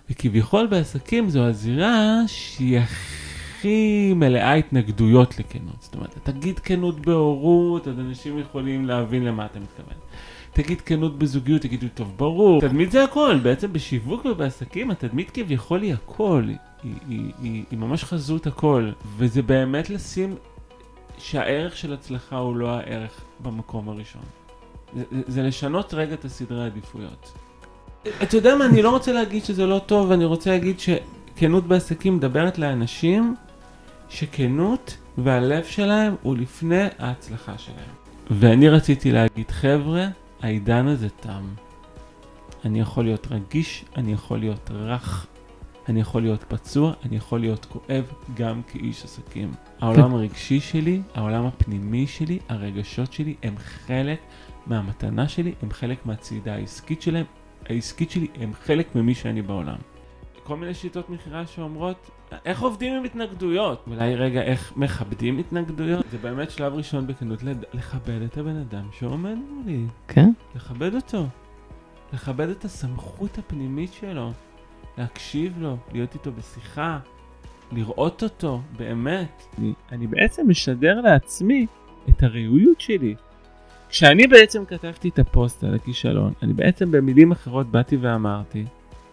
וכביכול בעסקים זו הזירה שהיא הכי מלאה התנגדויות לכנות. זאת אומרת, תגיד כנות בהורות, אז אנשים יכולים להבין למה אתה מתכוון. תגיד כנות בזוגיות, תגידו טוב, ברור. תדמית זה הכל. בעצם בשיווק ובעסקים, התדמית כביכול היא הכל. היא ממש חזות הכל. וזה באמת לשים שהערך של הצלחה הוא לא הערך במקום הראשון. זה לשנות רגע את הסדרי העדיפויות. אתה יודע מה, אני לא רוצה להגיד שזה לא טוב, אני רוצה להגיד שכנות בעסקים מדברת לאנשים שכנות והלב שלהם הוא לפני ההצלחה שלהם. ואני רציתי להגיד, חבר'ה, העידן הזה תם. אני יכול להיות רגיש, אני יכול להיות רך, אני יכול להיות פצוע, אני יכול להיות כואב גם כאיש עסקים. העולם הרגשי שלי, העולם הפנימי שלי, הרגשות שלי הם חלק מהמתנה שלי, הם חלק מהצעידה העסקית שלהם, העסקית שלי הם חלק ממי שאני בעולם. כל מיני שיטות מחירה שאומרות, איך עובדים עם התנגדויות? אולי רגע, איך מכבדים התנגדויות? זה באמת שלב ראשון בכנות, לכבד את הבן אדם שעומד מולי. כן? לכבד אותו. לכבד את הסמכות הפנימית שלו. להקשיב לו, להיות איתו בשיחה, לראות אותו, באמת. אני בעצם משדר לעצמי את הראויות שלי. כשאני בעצם כתבתי את הפוסט על הכישלון, אני בעצם במילים אחרות באתי ואמרתי,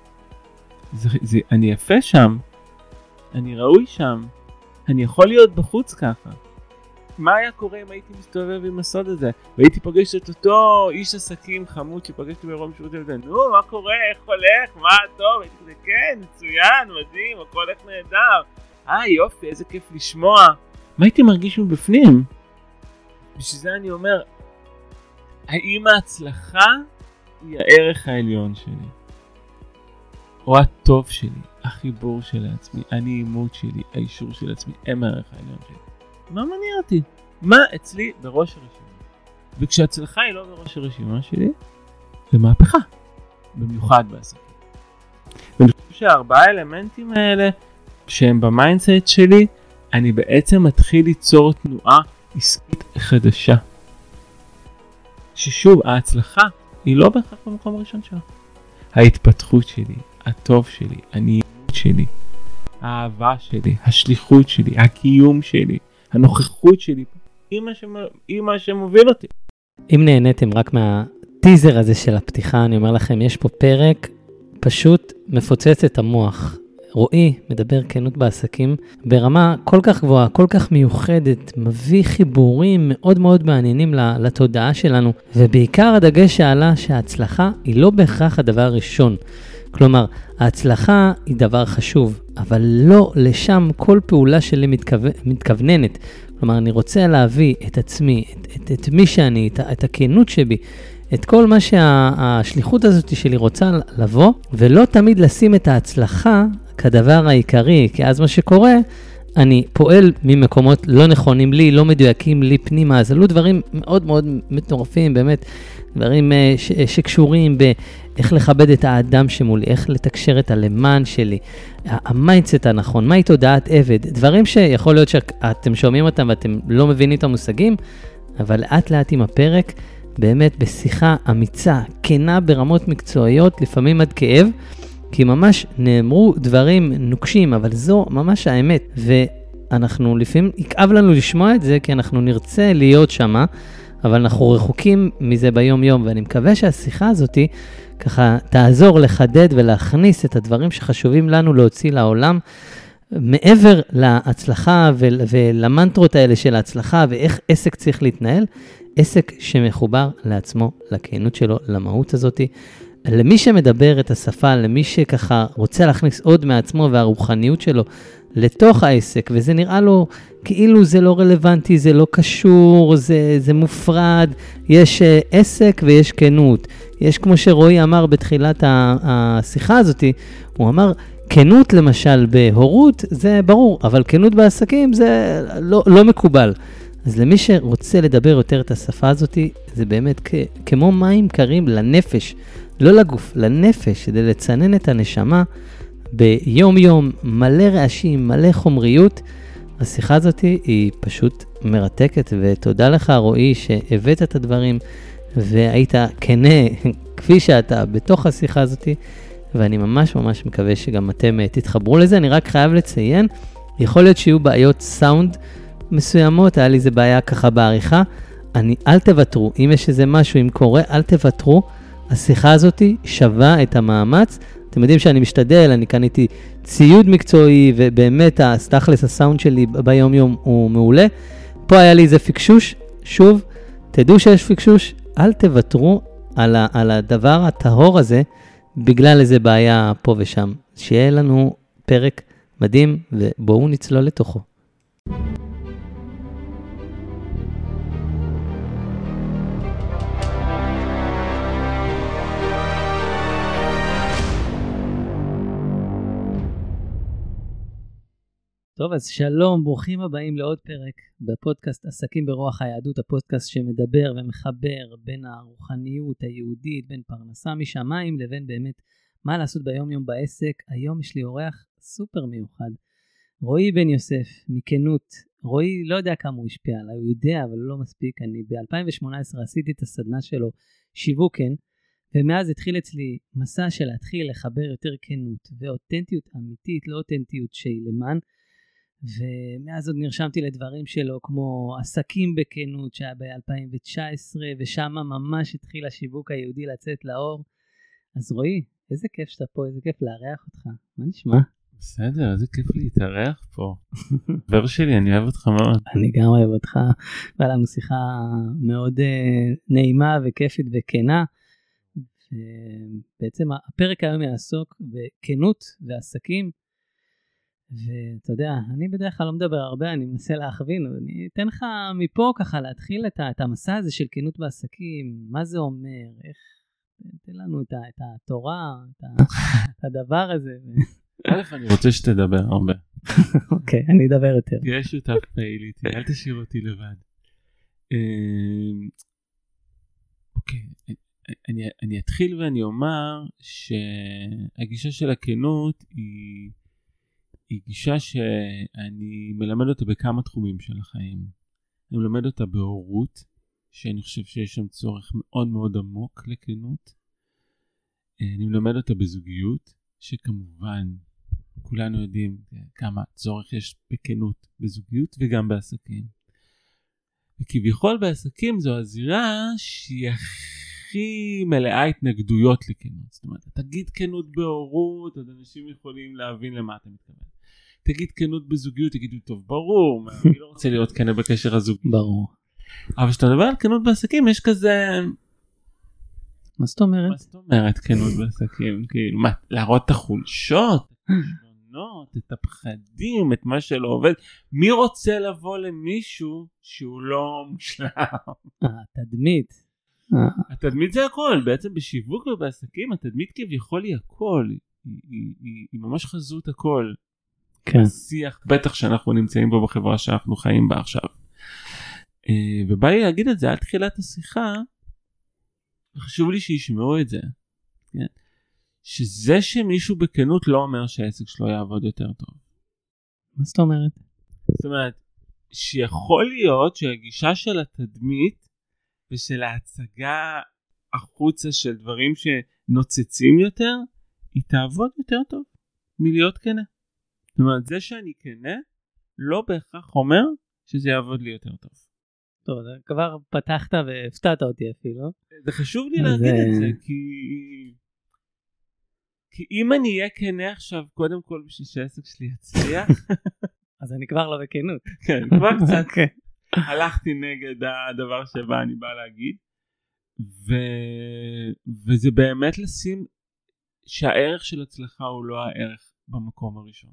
אני יפה שם, אני ראוי שם, אני יכול להיות בחוץ ככה. מה היה קורה אם הייתי מסתובב עם הסוד הזה? והייתי פוגש את אותו איש עסקים חמוד שפגשתי בירום שירותי וזה, נו, מה קורה? איך הולך? מה טוב? הייתי כזה, כן, מצוין, מדהים, הכל הולך נהדר. יופי, איזה כיף לשמוע. מה הייתי מרגיש מבפנים? בשביל זה אני אומר, האם ההצלחה היא הערך העליון שלי? או הטוב שלי, החיבור של עצמי, הנעימות שלי, האישור של עצמי, הם הערך העליון שלי. מה מניע אותי? מה אצלי בראש הרשימה? וכשהצלחה היא לא בראש הרשימה שלי, זה מהפכה. במיוחד בעסקים. ואני חושב שהארבעה האלמנטים האלה, שהם במיינדסט שלי, אני בעצם מתחיל ליצור תנועה עסקית חדשה. ששוב, ההצלחה היא לא בהכרח במקום הראשון שלה. ההתפתחות שלי, הטוב שלי, הנעימות שלי, האהבה שלי, השליחות שלי, הקיום שלי, הנוכחות שלי, היא מה שמוביל אותי. אם נהניתם רק מהטיזר הזה של הפתיחה, אני אומר לכם, יש פה פרק פשוט מפוצץ את המוח. רועי מדבר כנות בעסקים ברמה כל כך גבוהה, כל כך מיוחדת, מביא חיבורים מאוד מאוד מעניינים לתודעה שלנו, ובעיקר הדגש שעלה שההצלחה היא לא בהכרח הדבר הראשון. כלומר, ההצלחה היא דבר חשוב, אבל לא לשם כל פעולה שלי מתכווננת. כלומר, אני רוצה להביא את עצמי, את מי שאני, את הכנות שבי, את כל מה שהשליחות הזאת שלי רוצה לבוא, ולא תמיד לשים את ההצלחה כדבר העיקרי, כי אז מה שקורה, אני פועל ממקומות לא נכונים לי, לא מדויקים לי פנימה, אז עלו דברים מאוד מאוד מטורפים, באמת, דברים שקשורים באיך לכבד את האדם שמולי, איך לתקשר את הלמען שלי, המיינדסט הנכון, מהי תודעת עבד, דברים שיכול להיות שאתם שומעים אותם ואתם לא מבינים את המושגים, אבל לאט לאט עם הפרק, באמת בשיחה אמיצה, כנה ברמות מקצועיות, לפעמים עד כאב, כי ממש נאמרו דברים נוקשים, אבל זו ממש האמת. ואנחנו לפעמים, יכאב לנו לשמוע את זה, כי אנחנו נרצה להיות שמה, אבל אנחנו רחוקים מזה ביום יום, ואני מקווה שהשיחה הזאת ככה תעזור לחדד ולהכניס את הדברים שחשובים לנו להוציא לעולם, מעבר להצלחה ולמנטרות האלה של ההצלחה, ואיך עסק צריך להתנהל, עסק שמחובר לעצמו, לכנות שלו, למהות הזאת, למי שמדבר את השפה, למי שככה רוצה להכניס עוד מעצמו והרוחניות שלו לתוך העסק, וזה נראה לו כאילו זה לא רלוונטי, זה לא קשור, זה מופרד, יש עסק ויש כנות. יש כמו שרועי אמר בתחילת השיחה הזאת, הוא אמר, כנות למשל בהורות זה ברור, אבל כנות בעסקים זה לא מקובל. אז למי שרוצה לדבר יותר את השפה הזאת, זה באמת כמו מים קרים לנפש, לא לגוף, לנפש, כדי לצנן את הנשמה ביום יום, מלא רעשים, מלא חומריות. השיחה הזאת היא פשוט מרתקת, ותודה לך רועי שהבאת את הדברים, והיית כנה כפי שאתה בתוך השיחה הזאת, ואני ממש ממש מקווה שגם אתם תתחברו לזה. אני רק חייב לציין, יכול להיות שיהיו בעיות סאונד מסוימות, היה לי זה בעיה ככה בעריכה, אל תוותרו, אם יש איזה משהו, אם קורה, אל תוותרו, השיחה הזאת שווה את המאמץ, אתם יודעים שאני משתדל, אני קניתי ציוד מקצועי, ובאמת תכלס הסאונד שלי ביום יום הוא מעולה, פה היה לי איזה פיקשוש, שוב, תדעו שיש פיקשוש, אל תוותרו על הדבר הטהור הזה, בגלל איזה בעיה פה ושם, שיהיה לנו פרק מדהים, ובואו נצלול לתוכו. טוב, אז שלום, ברוכים הבאים לעוד פרק בפודקאסט עסקים ברוח היהדות, הפודקאסט שמדבר ומחבר בין הרוחניות היהודית, בין פרנסה משמיים לבין באמת מה לעשות ביום יום בעסק. היום יש לי אורח סופר מיוחד, רועי בן יוסף, מכנות. רועי לא יודע כמה הוא השפיע עליי, הוא יודע, אבל לא מספיק. אני ב-2018 עשיתי את הסדנה שלו, שיווקן, ומאז התחיל אצלי מסע של להתחיל לחבר יותר כנות ואותנטיות אמיתית, לא אותנטיות שהיא למען, ומאז עוד נרשמתי לדברים שלו כמו עסקים בכנות שהיה ב-2019, ושם ממש התחיל השיווק היהודי לצאת לאור. אז רועי, איזה כיף שאתה פה, איזה כיף לארח אותך, מה נשמע? בסדר, איזה כיף להתארח פה. דבר שלי, אני אוהב אותך מאוד. אני גם אוהב אותך, והיה לנו שיחה מאוד נעימה וכיפית וכנה. בעצם הפרק היום יעסוק בכנות ועסקים, ואתה יודע, אני בדרך כלל לא מדבר הרבה, אני מנסה להכווין, אני אתן לך מפה ככה להתחיל את המסע הזה של כנות בעסקים, מה זה אומר, איך, תן לנו את התורה, את הדבר הזה. א', אני רוצה שתדבר הרבה. אוקיי, אני אדבר יותר. תהיה שותף פעיל איתי, אל תשאיר אותי לבד. אוקיי, אני אתחיל ואני אומר שהגישה של הכנות היא גישה שאני מלמד אותה בכמה תחומים של החיים. אני מלמד אותה בהורות, שאני חושב שיש שם צורך מאוד מאוד עמוק לכנות. אני מלמד אותה בזוגיות, שכמובן כולנו יודעים כמה צורך יש בכנות בזוגיות וגם בעסקים. וכביכול בעסקים זו הזירה שהיא הכי מלאה התנגדויות לכנות. זאת אומרת, תגיד כנות בהורות, אז אנשים יכולים להבין למה אתה מתכוון. תגיד כנות בזוגיות, תגידו טוב, ברור, אני לא רוצה להיות כנה בקשר הזוגי. ברור. אבל כשאתה מדבר על כנות בעסקים, יש כזה... מה זאת אומרת? מה זאת אומרת כנות בעסקים? כאילו, מה, להראות את החולשות, את הכישלונות, את הפחדים, את מה שלא עובד. מי רוצה לבוא למישהו שהוא לא מושלם? תדמית. התדמית זה הכל, בעצם בשיווק ובעסקים, התדמית כביכול היא הכל, היא ממש חזות הכל. כן. שיח, בטח שאנחנו נמצאים בו בחברה שאנחנו חיים בה עכשיו. ובא לי להגיד את זה על תחילת השיחה, חשוב לי שישמעו את זה, כן? שזה שמישהו בכנות לא אומר שהעסק שלו יעבוד יותר טוב. מה זאת אומרת? זאת אומרת, שיכול להיות שהגישה של התדמית, ושל ההצגה החוצה של דברים שנוצצים יותר, היא תעבוד יותר טוב מלהיות כנה. זאת אומרת, זה שאני כנה, לא בהכרח אומר שזה יעבוד לי יותר טוב. טוב, כבר פתחת והפתעת אותי אפילו. זה חשוב לי להגיד את זה, כי אם אני אהיה כנה עכשיו, קודם כל בשביל שהעסק שלי יצליח, אז אני כבר לא בכנות. כן, כבר קצת הלכתי נגד הדבר שבא אני בא להגיד, וזה באמת לשים שהערך של הצלחה הוא לא הערך במקום הראשון.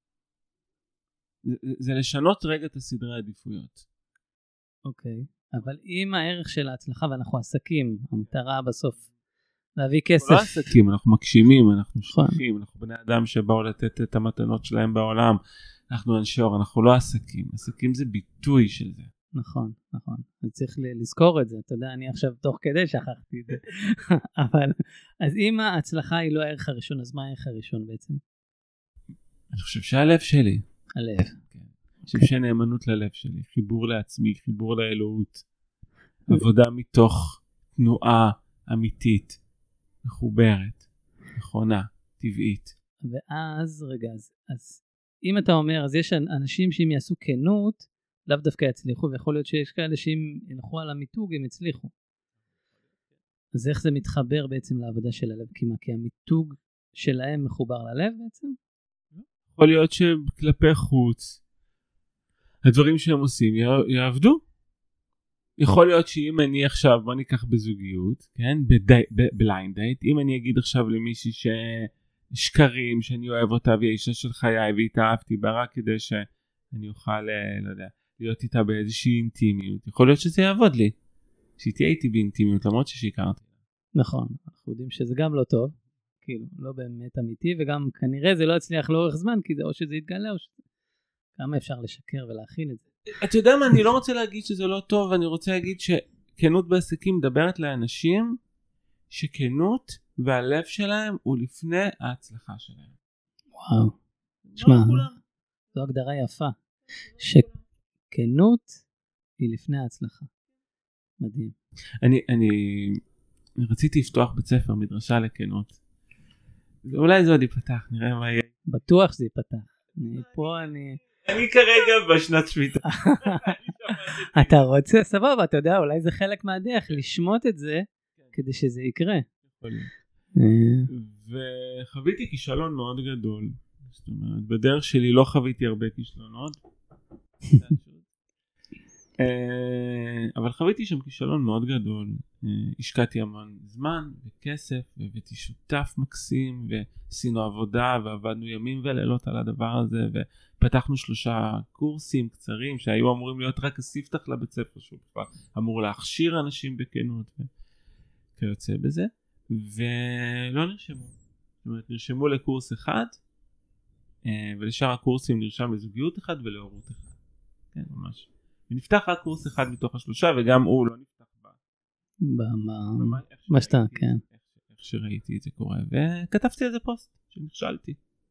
זה לשנות רגע את הסדרי העדיפויות. אוקיי, אבל אם הערך של ההצלחה, ואנחנו עסקים, המטרה בסוף להביא כסף. לא עסקים, אנחנו מגשימים, אנחנו שליחים, אנחנו בני אדם שבאו לתת את המתנות שלהם בעולם, אנחנו אנשי אור, אנחנו לא עסקים, עסקים זה ביטוי של זה. נכון, נכון, אני צריך לזכור את זה, אתה יודע, אני עכשיו תוך כדי שכחתי את זה, אבל, אז אם ההצלחה היא לא הערך הראשון, אז מה הערך הראשון בעצם? אני חושב שהלב שלי. הלב. כן. אני חושב שנאמנות ללב שלי, חיבור לעצמי, חיבור לאלוהות, עבודה מתוך תנועה אמיתית, מחוברת, נכונה, טבעית. ואז, רגע, אז אם אתה אומר, אז יש אנשים שאם יעשו כנות, לאו דווקא יצליחו, ויכול להיות שיש כאלה שאם ילכו על המיתוג, הם יצליחו. אז איך זה מתחבר בעצם לעבודה של הלב? כי המיתוג שלהם מחובר ללב בעצם? יכול להיות שכלפי חוץ, הדברים שהם עושים יעבדו. יכול להיות שאם אני עכשיו, בוא ניקח בזוגיות, כן? בליינד דייט, אם אני אגיד עכשיו למישהי שקרים, שאני אוהב אותה, והיא האישה של חיי, והתאהבתי בה רק כדי שאני אוכל, לא יודע, להיות איתה באיזושהי אינטימיות, יכול להיות שזה יעבוד לי. שהיא תהיה איתי באינטימיות, למרות ששיקרתי. נכון, אנחנו יודעים שזה גם לא טוב, כאילו, לא באמת אמיתי, וגם כנראה זה לא יצליח לאורך זמן, כי זה או שזה יתגלה, או שזה... כמה אפשר לשקר ולהכיל את זה. אתה יודע מה, אני לא רוצה להגיד שזה לא טוב, אני רוצה להגיד שכנות בעסקים מדברת לאנשים, שכנות והלב שלהם הוא לפני ההצלחה שלהם. וואו, שמע, זו הגדרה יפה, שכנות היא לפני ההצלחה. מדהים. אני רציתי לפתוח בית ספר, מדרשה לכנות. אולי זה עוד ייפתח, נראה מה יהיה. בטוח שזה ייפתח. אני כרגע בשנת שמיטה. אתה רוצה, סבבה, אתה יודע, אולי זה חלק מהדרך, לשמות את זה, כדי שזה יקרה. וחוויתי כישלון מאוד גדול. זאת אומרת, בדרך שלי לא חוויתי הרבה כישלונות. אבל חוויתי שם כישלון מאוד גדול. השקעתי המון זמן וכסף, והבאתי שותף מקסים, ועשינו עבודה, ועבדנו ימים ולילות על הדבר הזה, ופתחנו 3 קורסים קצרים, שהיו אמורים להיות רק הספתח לבית ספר, שהוא אמור להכשיר אנשים בכנות, וכיוצא בזה, ולא נרשמו. זאת אומרת, נרשמו לקורס אחד, ולשאר הקורסים נרשם לזוגיות אחד ולהורות אחד. כן, ממש. ונפתח רק קורס אחד מתוך 3, וגם הוא לא נפתח מה שאתה, כן. איך שראיתי את זה קורה, וכתבתי על זה פוסט שנכשלתי.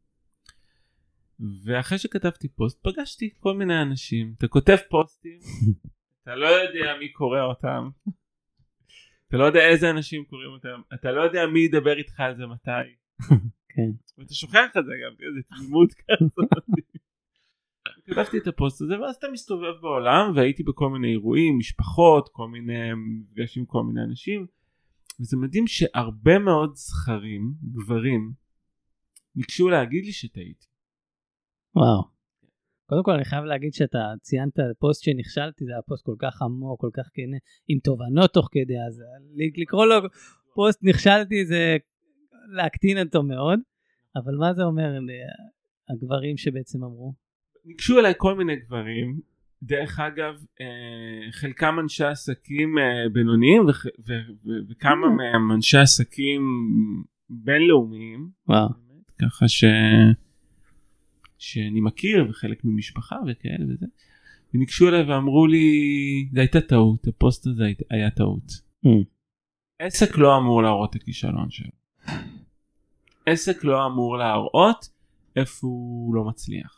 ואחרי שכתבתי פוסט, פגשתי כל מיני אנשים. אתה כותב פוסטים, אתה לא יודע מי קורא אותם, אתה לא יודע איזה אנשים קוראים אותם, אתה לא יודע מי ידבר איתך על זה מתי. כן. ואתה שוכח את זה גם, איזה תמימות כזאת. כתבתי את הפוסט הזה, ואז אתה מסתובב בעולם, והייתי בכל מיני אירועים, משפחות, כל מיני מפגשים, כל מיני אנשים, וזה מדהים שהרבה מאוד זכרים, גברים, ניגשו להגיד לי שטעיתי. וואו. קודם כל אני חייב להגיד שאתה ציינת פוסט שנכשלתי, זה היה פוסט כל כך עמוק, כל כך כנה, עם תובנות תוך כדי, אז לקרוא לו פוסט נכשלתי זה להקטין אותו מאוד, אבל מה זה אומר הגברים שבעצם אמרו? ניגשו אליי כל מיני גברים, דרך אגב, חלקם אנשי עסקים בינוניים, וכמה מהם אנשי עסקים בינלאומיים, ככה שאני מכיר, וחלק ממשפחה וכאלה וזה, וניגשו אליי ואמרו לי, זה הייתה טעות, הפוסט הזה היה טעות. עסק לא אמור להראות את הכישלון שלו. עסק לא אמור להראות איפה הוא לא מצליח.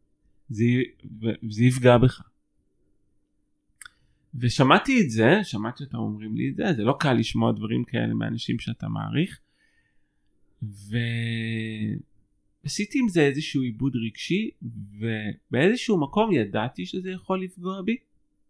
זה יפגע בך. ושמעתי את זה, שמעתי אותם אומרים לי את זה, זה לא קל לשמוע דברים כאלה מאנשים שאתה מעריך, ועשיתי עם זה איזשהו עיבוד רגשי, ובאיזשהו מקום ידעתי שזה יכול לפגוע בי,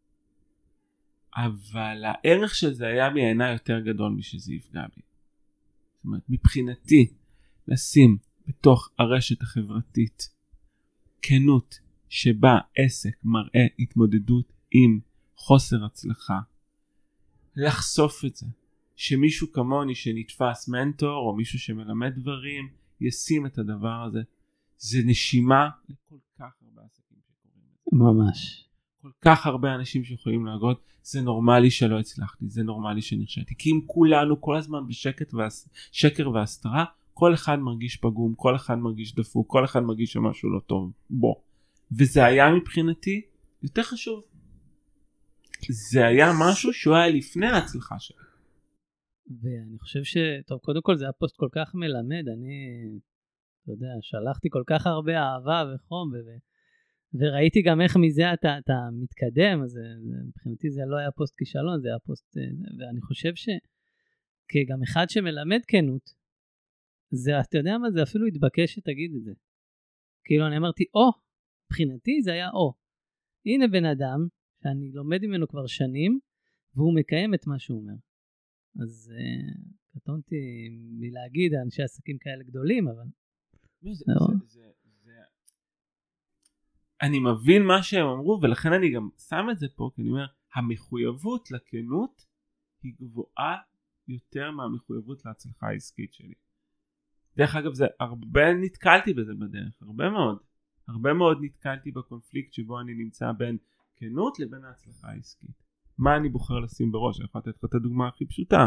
אבל הערך של זה היה בעיניי יותר גדול משזה יפגע בי. זאת אומרת, מבחינתי, לשים בתוך הרשת החברתית כנות שבה עסק מראה התמודדות עם חוסר הצלחה, לחשוף את זה, שמישהו כמוני שנתפס מנטור או מישהו שמלמד דברים ישים את הדבר הזה, זה נשימה לכל כך הרבה עסקים שקוראים את זה. ממש. כל כך הרבה אנשים שיכולים להגיד, זה נורמלי שלא הצלחתי, זה נורמלי שנכשלתי, כי אם כולנו כל הזמן בשקר והסתרה, כל אחד מרגיש פגום, כל אחד מרגיש דפוק, כל אחד מרגיש שמשהו לא טוב בו. וזה היה מבחינתי יותר חשוב. זה היה משהו שהוא היה לפני ההצלחה שלי. ואני חושב טוב, קודם כל זה היה פוסט כל כך מלמד, אתה יודע, שלחתי כל כך הרבה אהבה וחום, וראיתי גם איך מזה אתה מתקדם, אז מבחינתי זה לא היה פוסט כישלון, זה היה פוסט, ואני חושב שכגם אחד שמלמד כנות, זה, אתה יודע מה, זה אפילו התבקש שתגיד את זה. כאילו אני אמרתי, מבחינתי זה היה הנה בן אדם, שאני לומד ממנו כבר שנים, והוא מקיים את מה שהוא אומר. אז קטונתי מלהגיד, אנשי עסקים כאלה גדולים, אבל... אני מבין מה שהם אמרו, ולכן אני גם שם את זה פה, כי אני אומר, המחויבות לכנות היא גבוהה יותר מהמחויבות להצלחה העסקית שלי. דרך אגב, נתקלתי בזה בדרך, הרבה מאוד נתקלתי בקונפליקט שבו אני נמצא בין כנות לבין ההצלחה העסקית. מה אני בוחר לשים בראש? אני יכול לתת לך את הדוגמה הכי פשוטה.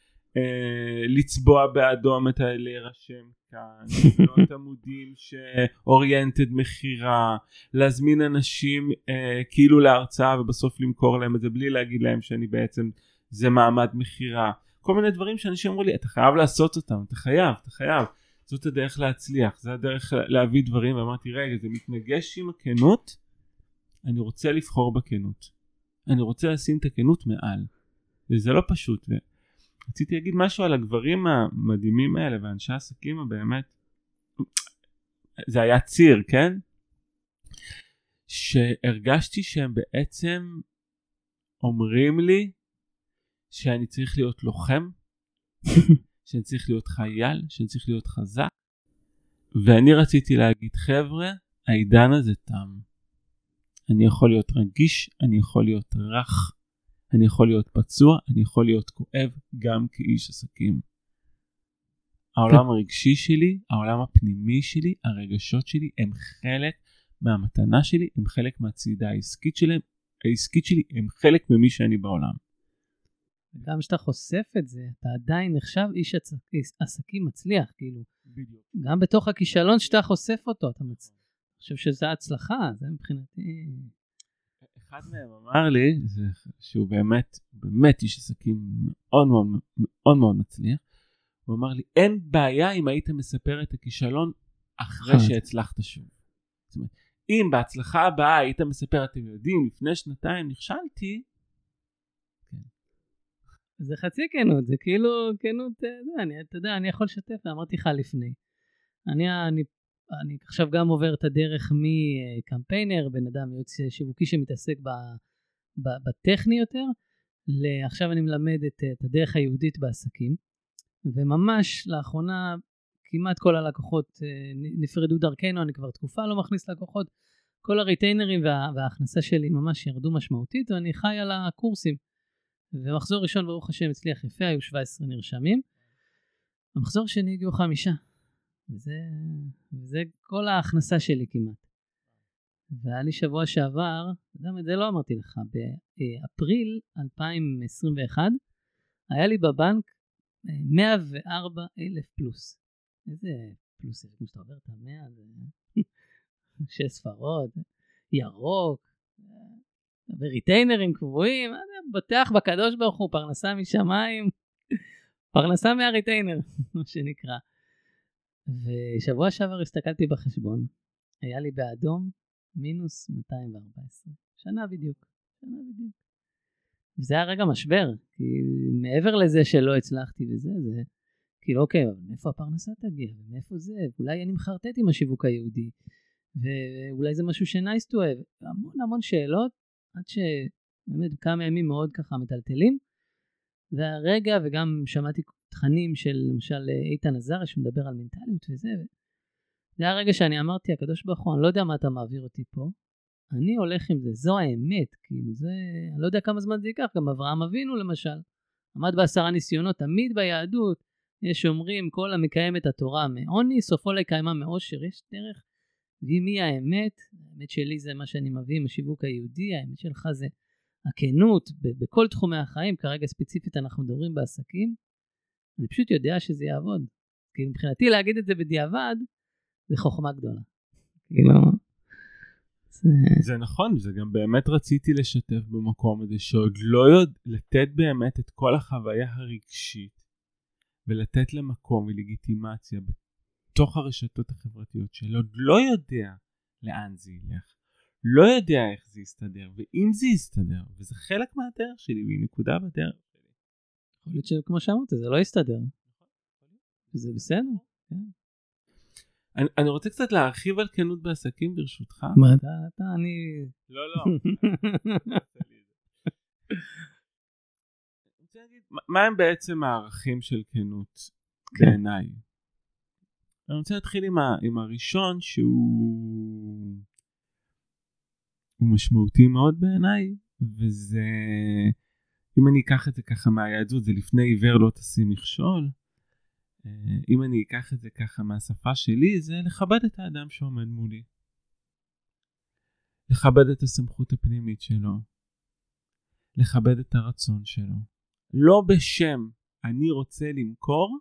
לצבוע באדום את להירשם כאן, לבנות עמודים שאוריינטד מחירה, להזמין אנשים כאילו להרצאה ובסוף למכור להם את זה בלי להגיד להם שאני בעצם זה מעמד מחירה. כל מיני דברים שאנשים אמרו לי, אתה חייב לעשות אותם, אתה חייב. זאת הדרך להצליח, זה הדרך להביא דברים, ואמרתי, רגע, זה מתנגש עם הכנות, אני רוצה לבחור בכנות. אני רוצה לשים את הכנות מעל. וזה לא פשוט. רציתי להגיד משהו על הגברים המדהימים האלה, ואנשי העסקים הבאמת, זה היה ציר, כן? שהרגשתי שהם בעצם אומרים לי שאני צריך להיות לוחם, שאני צריך להיות חייל, שאני צריך להיות חזק, ואני רציתי להגיד, חבר'ה, העידן הזה תם. אני יכול להיות רגיש, אני יכול להיות רך, אני יכול להיות פצוע, אני יכול להיות כואב גם כאיש עסקים. העולם הרגשי שלי, העולם הפנימי שלי, הרגשות שלי הם חלק מהמתנה שלי, הם חלק מהצעידה העסקית שלי, הם חלק ממי שאני בעולם. גם כשאתה חושף את זה, אתה עדיין נחשב איש עסקים מצליח, כאילו. בדיוק. גם בתוך הכישלון שאתה חושף אותו, אתה חושב שזה הצלחה, זה מבחינתי... אחד מהם אמר לי, שהוא באמת איש עסקים מאוד מצליח, הוא אמר לי, אין בעיה אם היית מספר את הכישלון אחרי שהצלחת שוב. זאת אומרת, אם בהצלחה הבאה היית מספר, אתם יודעים, לפני שנתיים נכשלתי, זה חצי כנות, זה כאילו כנות, אתה יודע, אני יכול לשתף, ואמרתי לך לפני. אני עכשיו גם עובר את הדרך מקמפיינר, בן אדם יועץ שיווקי שמתעסק בטכני יותר, עכשיו אני מלמד את הדרך היהודית בעסקים, וממש לאחרונה כמעט כל הלקוחות נפרדו דרכנו, אני כבר תקופה לא מכניס לקוחות, כל הריטיינרים וההכנסה שלי ממש ירדו משמעותית, ואני חי על הקורסים. ומחזור ראשון ברוך השם הצליח יפה, היו 17 נרשמים, המחזור שני הגיעו 5, וזה כל ההכנסה שלי כמעט. והיה לי שבוע שעבר, את זה לא אמרתי לך, באפריל 2021, היה לי בבנק 104,000 פלוס. איזה פלוס, כמו שאתה עובר את 100, זה 6 ספרות, ירוק, וריטיינרים קבועים, בטח בקדוש ברוך הוא, פרנסה משמיים, פרנסה מהריטיינר, מה שנקרא. ושבוע שעבר הסתכלתי בחשבון, היה לי באדום מינוס 214, שנה בדיוק. וזה היה רגע משבר, כי מעבר לזה שלא הצלחתי וזה, זה כאילו אוקיי, אבל מאיפה הפרנסה תגיע, ומאיפה זה, אולי אני מחרטט עם השיווק היהודי, ואולי זה משהו שנייס טו אהב, המון שאלות, עד שבאמת כמה ימים מאוד ככה מטלטלים, והרגע וגם שמעתי תכנים של למשל איתן עזריה שמדבר על מנטליות וזה, זה היה רגע שאני אמרתי, הקדוש ברוך הוא, אני לא יודע מה אתה מעביר אותי פה, אני הולך עם זה, זו האמת, כאילו זה, אני לא יודע כמה זמן זה ייקח, גם אברהם אבינו למשל, עמד ב10 ניסיונות, תמיד ביהדות, יש שאומרים, כל המקיים את התורה מעוני, סופו לקיימה מאושר, יש דרך, והיא האמת, האמת שלי זה מה שאני מביא עם השיווק היהודי, האמת שלך זה הכנות, בכל תחומי החיים, כרגע ספציפית אנחנו מדברים בעסקים, אני פשוט יודע שזה יעבוד, כי מבחינתי להגיד את זה בדיעבד, זה חוכמה גדולה. זה נכון, זה גם באמת רציתי לשתף במקום הזה, שעוד לא לתת באמת את כל החוויה הרגשית, ולתת למקום ולגיטימציה בתוך הרשתות החברתיות שלו, עוד לא יודע לאן זה ילך, לא יודע איך זה יסתדר, ואם זה יסתדר, וזה חלק מהדרך שלי, והיא נקודה בדרך שלי. יכול להיות שכמו שאמרת, זה לא יסתדר. וזה בסדר. אני רוצה קצת להרחיב על כנות בעסקים ברשותך. מה אתה, אני... לא. מה הם בעצם הערכים של כנות בעיניי? אני רוצה להתחיל עם הראשון שהוא משמעותי מאוד בעיניי, וזה, אם אני אקח את זה ככה מהיהדות, זה לפני עיוור לא תשים מכשול. אם אני אקח את זה ככה מהשפה שלי, זה לכבד את האדם שעומד מולי. לכבד את הסמכות הפנימית שלו. לכבד את הרצון שלו. לא בשם אני רוצה למכור,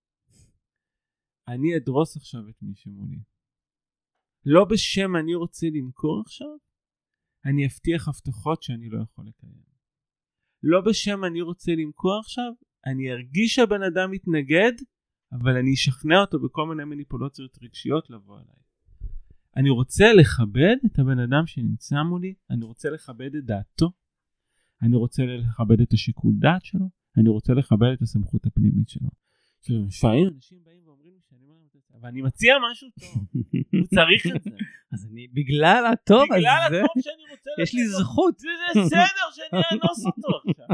אני אדרוס עכשיו את מי שמולי. לא בשם אני רוצה למכור עכשיו, אני אבטיח הבטחות שאני לא יכול לקיים. לא בשם אני רוצה למכור עכשיו, אני ארגיש שהבן אדם מתנגד, אבל אני אשכנע אותו בכל מיני מניפולציות רגשיות לבוא אליי. אני רוצה לכבד את הבן אדם שנמצא מולי, אני רוצה לכבד את דעתו, אני רוצה לכבד את השיקול דעת שלו, אני רוצה לכבד את הסמכות הפנימית שלו. לפעמים אנשים באים ואומרים לי שאני אומר את זה, אבל אני מציע משהו טוב, הוא צריך את זה. אז אני, בגלל הטוב הזה, בגלל הטוב שאני רוצה יש לי זכות. זה בסדר שאני אנוס אותו עכשיו.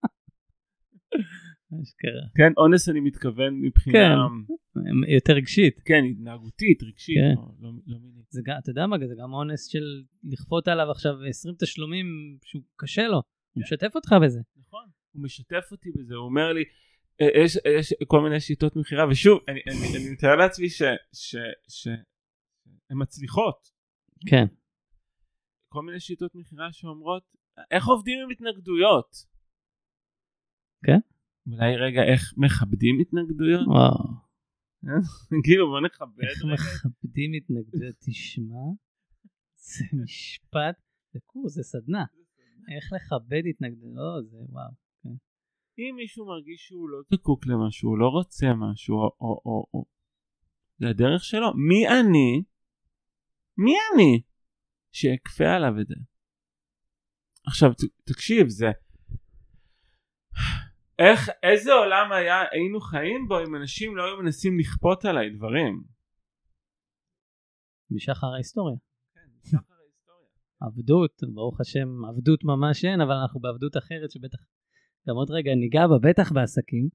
כן, אונס אני מתכוון מבחינה... כן, יותר רגשית. כן, התנהגותית, רגשית, לא מינית. אתה יודע מה, זה גם אונס של לכפות עליו עכשיו 20 תשלומים שהוא קשה לו. הוא משתף אותך בזה. נכון, הוא משתף אותי בזה, הוא אומר לי, יש כל מיני שיטות מחירה, ושוב, אני מתאר לעצמי שהן מצליחות. כן. כל מיני שיטות מחירה שאומרות, איך עובדים עם התנגדויות? כן. אולי רגע, איך מכבדים התנגדויות? וואו. כאילו, בוא נכבד. איך מכבדים התנגדויות? תשמע, זה משפט, זה קורס, זה סדנה. איך לכבד התנגדויות, זה וואו. אם מישהו מרגיש שהוא לא זקוק למשהו, הוא לא רוצה משהו, או זה הדרך שלו, מי אני שאכפה עליו את זה? עכשיו, תקשיב, זה איזה עולם היינו חיים בו אם אנשים לא היו מנסים לכפות עליי דברים? משחר ההיסטוריה. כן, משחר ההיסטוריה. עבדות, ברוך השם, עבדות ממש אין, אבל אנחנו בעבדות אחרת שבטח גם עוד רגע ניגע בה, בטח בעסקים.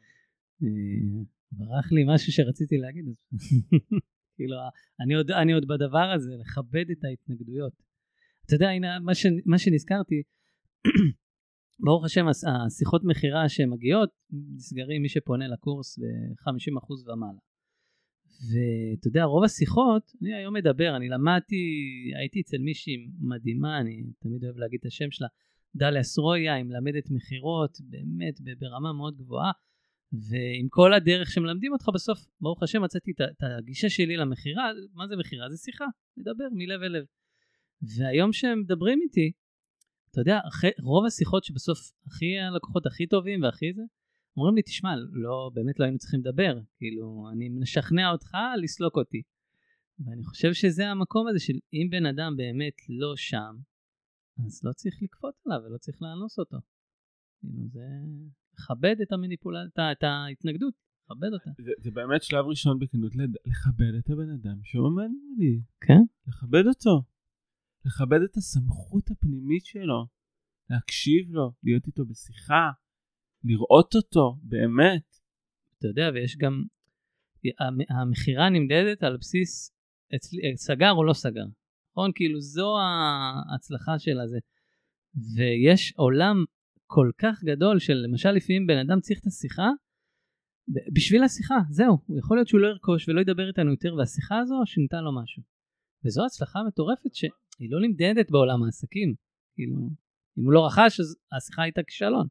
ברח לי משהו שרציתי להגיד. כאילו, אני עוד בדבר הזה, לכבד את ההתנגדויות. אתה יודע, הנה, מה שנזכרתי, ברוך השם, השיחות מחירה שמגיעות, נסגרים מי שפונה לקורס ב-50% ומעלה. ואתה יודע, רוב השיחות, אני היום מדבר, אני למדתי, הייתי אצל מישהי מדהימה, אני תמיד אוהב להגיד את השם שלה, דליה סרויה, היא מלמדת מחירות, באמת ברמה מאוד גבוהה, ועם כל הדרך שמלמדים אותך בסוף, ברוך השם, מצאתי את הגישה שלי למחירה. מה זה מחירה? זה שיחה, לדבר מלב אל לב. והיום שהם מדברים איתי, אתה יודע, רוב השיחות שבסוף הלקוחות הכי טובים והכי זה, אומרים לי, תשמע, לא, באמת לא היינו צריכים לדבר, כאילו, אני משכנע אותך לסלוק אותי. ואני חושב שזה המקום הזה של אם בן אדם באמת לא שם, אז לא צריך לקפות עליו ולא צריך לאנוס אותו. כאילו, זה לכבד את את ההתנגדות, לכבד אותה. זה באמת שלב ראשון בכנות, לכבד את הבן אדם שעומד מולי. כן? לכבד אותו. לכבד את הסמכות הפנימית שלו. להקשיב לו, להיות איתו בשיחה, לראות אותו, באמת. אתה יודע, ויש גם, המחירה נמדדת על בסיס, סגר או לא סגר. נכון? כאילו זו ההצלחה של הזה. ויש עולם כל כך גדול של, למשל לפעמים בן אדם צריך את השיחה, בשביל השיחה, זהו. הוא יכול להיות שהוא לא ירכוש ולא ידבר איתנו יותר, והשיחה הזו שינתה לו משהו. וזו הצלחה מטורפת שהיא לא נמדדת בעולם העסקים. כאילו, אם הוא לא רכש, אז השיחה הייתה כישלון.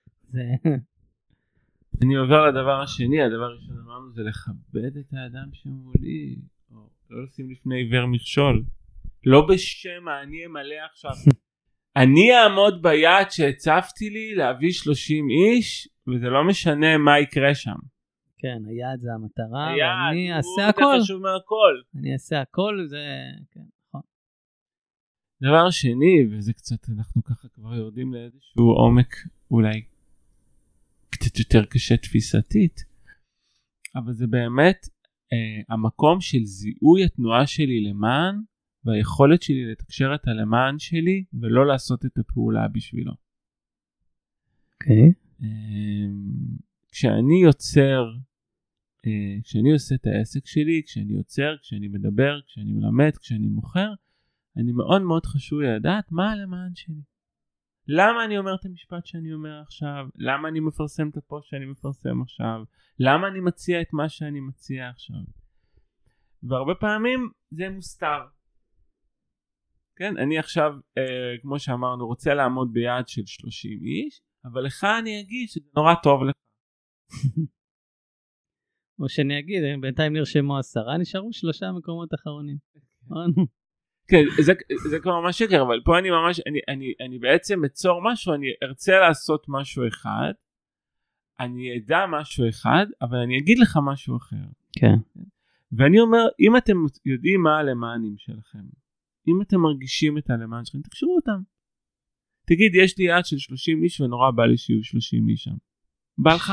אני עובר לדבר השני, הדבר הראשון אמרנו זה לכבד את האדם שמולי, או לא לשים לפני עיוור מכשול. לא בשם אני אמלא עכשיו. אני אעמוד ביעד שהצפתי לי להביא 30 איש, וזה לא משנה מה יקרה שם. כן, היעד זה המטרה, היעד, ואני אעשה הכל. זה חשוב מהכל. אני אעשה הכל, זה, כן, נכון. דבר שני, וזה קצת, אנחנו ככה כבר יורדים לאיזשהו עומק, אולי קצת יותר קשה תפיסתית, אבל זה באמת המקום של זיהוי התנועה שלי למען, והיכולת שלי לתקשר את הלמען שלי, ולא לעשות את הפעולה בשבילו. אוקיי. כשאני יוצר, כשאני עושה את העסק שלי, כשאני יוצר, כשאני מדבר, כשאני מלמד, כשאני מוכר, אני מאוד מאוד חשוב לדעת מה הלמען שלי. למה אני אומר את המשפט שאני אומר עכשיו? למה אני מפרסם את הפוסט שאני מפרסם עכשיו? למה אני מציע את מה שאני מציע עכשיו? והרבה פעמים זה מוסתר. כן, אני עכשיו, כמו שאמרנו, רוצה לעמוד ביעד של 30 איש, אבל לך אני אגיד שזה נורא טוב לך. או שאני אגיד, בינתיים נרשמו 10, נשארו 3 מקומות אחרונים. כן, זה כבר ממש שקר, אבל פה אני ממש, אני בעצם אצור משהו, אני ארצה לעשות משהו אחד, אני אדע משהו אחד, אבל אני אגיד לך משהו אחר. כן. ואני אומר, אם אתם יודעים מה הלמענים שלכם, אם אתם מרגישים את הלמען שלכם, תקשרו אותם. תגיד, יש לי יעד של 30 איש ונורא בא לי שיהיו 30 איש שם. בא לך?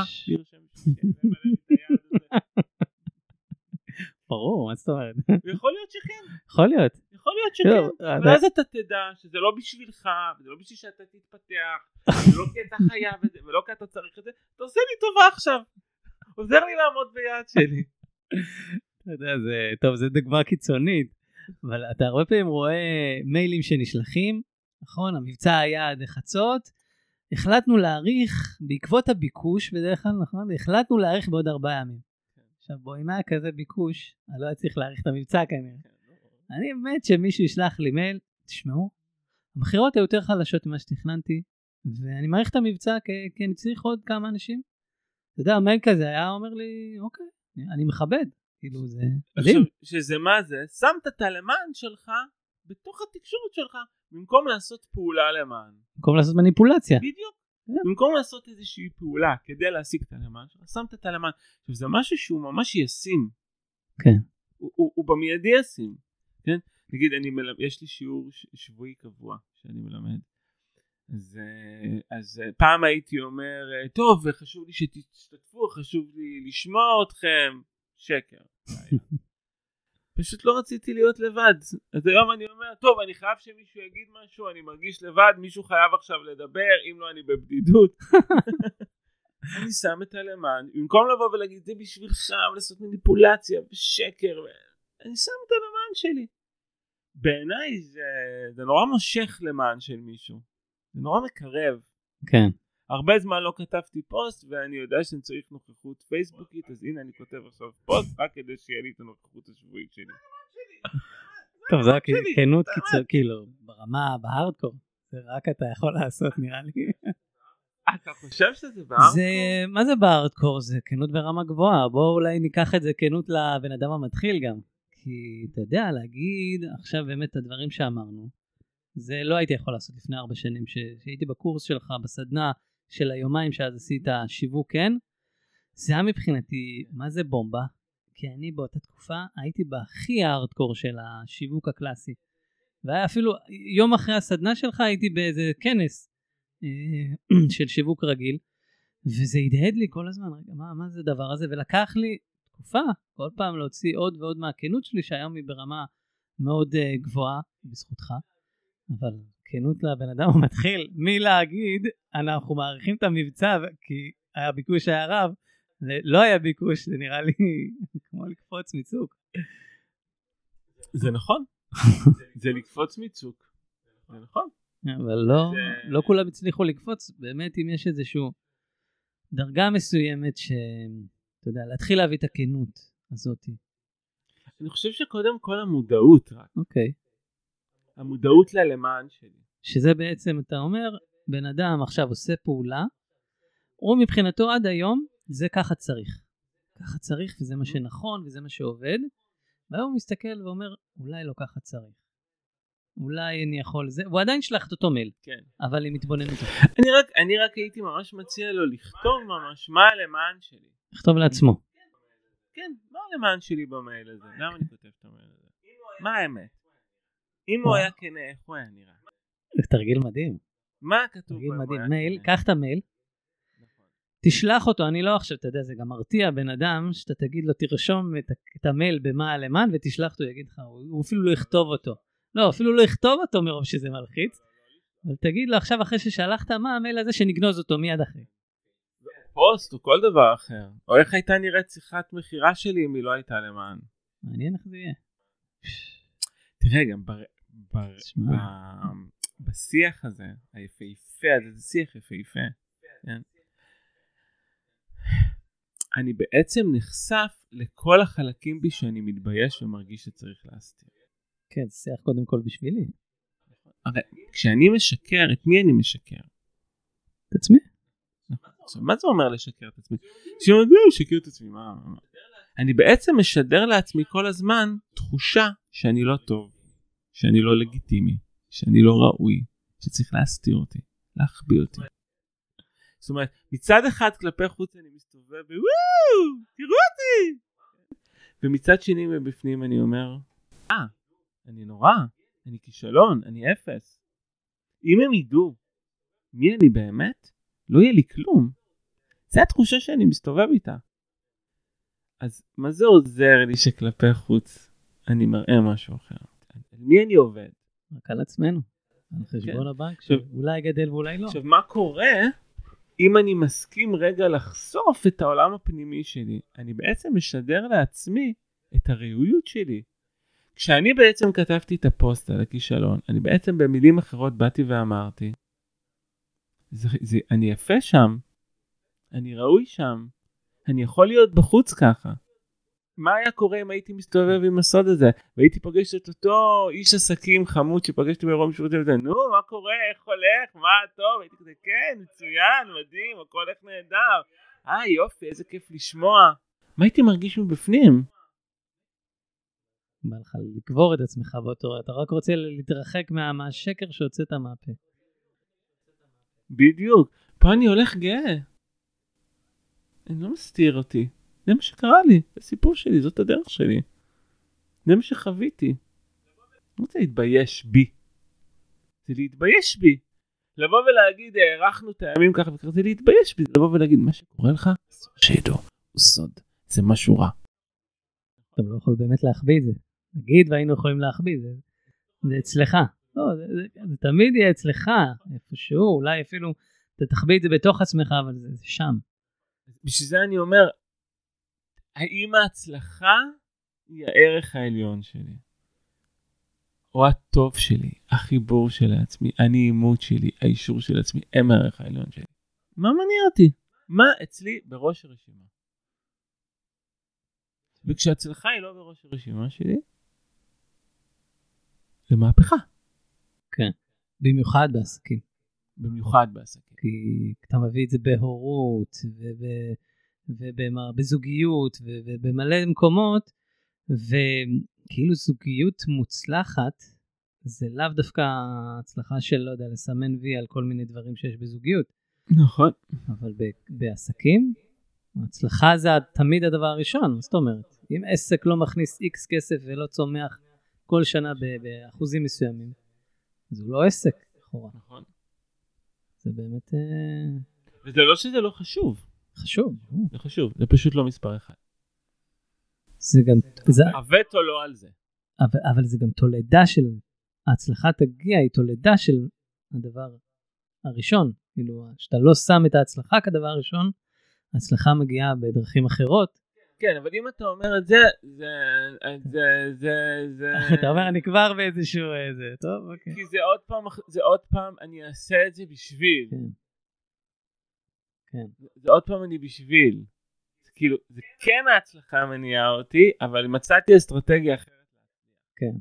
ברור, מה זאת אומרת? ויכול להיות שכן. יכול להיות. יכול להיות שכן. ואז אתה תדע שזה לא בשבילך, וזה לא בשביל שאתה תתפתח, ולא כי אתה חייב את זה, ולא כי אתה צריך את זה. אתה עושה לי טובה עכשיו. עוזר לי לעמוד ביעד שלי. אתה יודע, טוב, זה דוגמה קיצונית, אבל אתה הרבה פעמים רואה מיילים שנשלחים, נכון? המבצע היה עד חצות, החלטנו להאריך בעקבות הביקוש, בדרך כלל, נכון? החלטנו להאריך בעוד 4 ימים. עכשיו בוא, אם היה כזה ביקוש, אני לא אצליח להאריך את המבצע כנראה. אני באמת שמישהו ישלח לי מייל, תשמעו, המחירות היו יותר חלשות ממה שתכננתי, ואני מעריך את המבצע כי אני צריך עוד כמה אנשים. אתה יודע, המייל כזה היה אומר לי, אוקיי, אני מכבד. כאילו זה מדהים. שזה מה זה? שמת את הלמען שלך בתוך התקשורת שלך, במקום לעשות פעולה למען. במקום לעשות מניפולציה. בדיוק. במקום לעשות איזושהי פעולה כדי להשיג את הלמען שלך, שמת את הלמען. עכשיו זה משהו שהוא ממש ישים. כן. הוא במיידי ישים. כן? נגיד, יש לי שיעור שבועי קבוע שאני מלמד. אז פעם הייתי אומר, טוב, חשוב לי שתשתתפו, חשוב לי לשמוע אתכם. שקר. פשוט לא רציתי להיות לבד. אז היום אני אומר, טוב, אני חייב שמישהו יגיד משהו, אני מרגיש לבד, מישהו חייב עכשיו לדבר, אם לא אני בבדידות. אני שם את הלמען, במקום לבוא ולהגיד, זה בשבילך, ולעשות מניפולציה ושקר, אני שם את הלמען שלי. בעיניי זה נורא מושך למען של מישהו. זה נורא מקרב. כן. הרבה זמן לא כתבתי פוסט, ואני יודע שאני צריך נוכחות פייסבוקית, אז הנה אני כותב עכשיו פוסט, רק כדי שיהיה לי את הנוכחות השבועית שלי. טוב, זה כנות קיצור, כאילו, ברמה, בהארדקור, זה רק אתה יכול לעשות, נראה לי. אתה חושב שזה בהארדקור? מה זה בהארדקור? זה כנות ברמה גבוהה. בואו אולי ניקח את זה כנות לבן אדם המתחיל גם. כי אתה יודע, להגיד עכשיו באמת את הדברים שאמרנו, זה לא הייתי יכול לעשות לפני 4 שנים, שהייתי בקורס שלך, בסדנה, של היומיים שאז עשית שיווק, כן? זה היה מבחינתי, מה זה בומבה? כי אני באותה תקופה הייתי בהכי הארדקור של השיווק הקלאסי. והיה אפילו יום אחרי הסדנה שלך הייתי באיזה כנס של שיווק רגיל, וזה הדהד לי כל הזמן, רגע, מה זה הדבר הזה? ולקח לי תקופה, כל פעם להוציא עוד ועוד מהכנות שלי, שהיום היא ברמה מאוד גבוהה, בזכותך. אבל כנות לבן אדם הוא מתחיל מלהגיד אנחנו מעריכים את המבצע כי היה ביקוש היה רב, לא היה ביקוש, זה נראה לי כמו לקפוץ מצוק. זה נכון. זה לקפוץ מצוק. זה נכון. אבל לא כולם הצליחו לקפוץ, באמת אם יש איזשהו דרגה מסוימת שאתה יודע, להתחיל להביא את הכנות הזאת. אני חושב שקודם כל המודעות רק. אוקיי. המודעות ללמען שלי. שזה בעצם, אתה אומר, בן אדם עכשיו עושה פעולה, הוא מבחינתו עד היום, זה ככה צריך. ככה צריך, וזה מה שנכון, וזה מה שעובד. והיום הוא מסתכל ואומר, אולי לא ככה צריך. אולי אני יכול, הוא עדיין שלח את אותו מייל. כן. אבל היא מתבוננת. אני רק הייתי ממש מציע לו לכתוב ממש מה הלמען שלי. לכתוב לעצמו. כן, מה הלמען שלי במייל הזה? למה אני כותב את המייל הזה? מה האמת? אם הוא היה כנה, איך הוא היה נראה? תרגיל מדהים. מה כתוב? תרגיל מדהים. מייל, קח את המייל, תשלח אותו, אני לא עכשיו, אתה יודע, זה גם מרתיע בן אדם, שאתה תגיד לו, תרשום את המייל במה למען, ותשלח אותו, יגיד לך, הוא אפילו לא יכתוב אותו. לא, אפילו לא יכתוב אותו מרוב שזה מלחיץ, אבל תגיד לו עכשיו אחרי ששלחת, מה המייל הזה שנגנוז אותו מיד אחרי. פוסט או כל דבר אחר. או איך הייתה נראית שיחת מחירה שלי אם היא לא הייתה למען. מעניין איך זה יהיה. תראה, גם בשיח הזה, היפהפה, זה שיח יפהפה. כן? אני בעצם נחשף לכל החלקים בי שאני מתבייש ומרגיש שצריך להסתיר. כן, זה שיח קודם כל בשבילי. הרי כשאני משקר, את מי אני משקר? את עצמי. עכשיו, מה זה אומר לשקר את עצמי? כשאני משקר את עצמי, מה? אני בעצם משדר לעצמי כל הזמן תחושה שאני לא טוב, שאני לא לגיטימי, שאני לא ראוי, שצריך להסתיר אותי, להחביא אותי. זאת אומרת, מצד אחד כלפי חוץ אני מסתובב ווואו, תראו אותי! ומצד שני מבפנים אני אומר, אני נורא, אני כישלון, אני אפס. אם הם ידעו מי אני באמת, לא יהיה לי כלום. זה התחושה שאני מסתובב איתה. אז מה זה עוזר לי שכלפי חוץ אני מראה משהו אחר? על מי אני עובד? רק על עצמנו. על חשבון הבנק, שאולי גדל ואולי לא. עכשיו, מה קורה אם אני מסכים רגע לחשוף את העולם הפנימי שלי? אני בעצם משדר לעצמי את הראויות שלי. כשאני בעצם כתבתי את הפוסט על הכישלון, אני בעצם במילים אחרות באתי ואמרתי, אני יפה שם, אני ראוי שם, אני יכול להיות בחוץ ככה. מה היה קורה אם הייתי מסתובב עם הסוד הזה, והייתי פוגש את אותו איש עסקים חמוד שפגשתי בירום שירותי וזה, נו, מה קורה, איך הולך, מה טוב, הייתי כזה, כן, מצוין, מדהים, הכל הולך נהדר, יופי, איזה כיף לשמוע. מה הייתי מרגיש מבפנים? בא לך לקבור את עצמך באותו, אתה רק רוצה להתרחק מהשקר שהוצאת מהפה. בדיוק, פה אני הולך גאה. אני לא מסתיר אותי. זה מה שקרה לי, זה סיפור שלי, זאת הדרך שלי. זה מה שחוויתי. אני רוצה להתבייש בי. זה להתבייש בי. לבוא ולהגיד, הערכנו את הימים ככה וככה, זה להתבייש בי. לבוא ולהגיד, מה שקורה לך, שידעו, הוא סוד. זה משהו רע. אתה לא יכול באמת להחביא את זה. נגיד והיינו יכולים להחביא, זה אצלך. לא, זה תמיד יהיה אצלך, איפשהו, אולי אפילו אתה תחביא את זה בתוך עצמך, אבל זה שם. בשביל זה אני אומר, האם ההצלחה היא הערך העליון שלי? או הטוב שלי, החיבור של עצמי, הנעימות שלי, האישור של עצמי, הם הערך העליון שלי. מה מניע אותי? מה אצלי בראש הרשימה? וכשההצלחה היא לא בראש הרשימה שלי, זה מהפכה. כן. במיוחד בעסקים. במיוחד בעסקים. כי אתה מביא את זה בהורות, ובזוגיות, ובמלא מקומות, וכאילו זוגיות מוצלחת, זה לאו דווקא הצלחה של, לא יודע, לסמן וי על כל מיני דברים שיש בזוגיות. נכון. אבל בעסקים, ההצלחה זה תמיד הדבר הראשון, זאת אומרת, אם עסק לא מכניס X כסף ולא צומח כל שנה באחוזים מסוימים, אז הוא לא עסק, לכאורה. נכון. זה באמת... וזה לא שזה לא חשוב. חשוב. זה חשוב, זה פשוט לא מספר אחד. זה גם... עוות או לא על זה. אבל זה גם תולדה של... ההצלחה תגיע, היא תולדה של הדבר הראשון. כאילו, שאתה לא שם את ההצלחה כדבר הראשון, ההצלחה מגיעה בדרכים אחרות. כן, אבל אם אתה אומר את זה, אתה אומר, אני כבר באיזשהו איזה, טוב, אוקיי. כי זה עוד פעם, אני אעשה את זה בשביל. כן. זה עוד פעם אני בשביל. כאילו, זה כן ההצלחה מניעה אותי, אבל מצאתי אסטרטגיה אחרת. כן.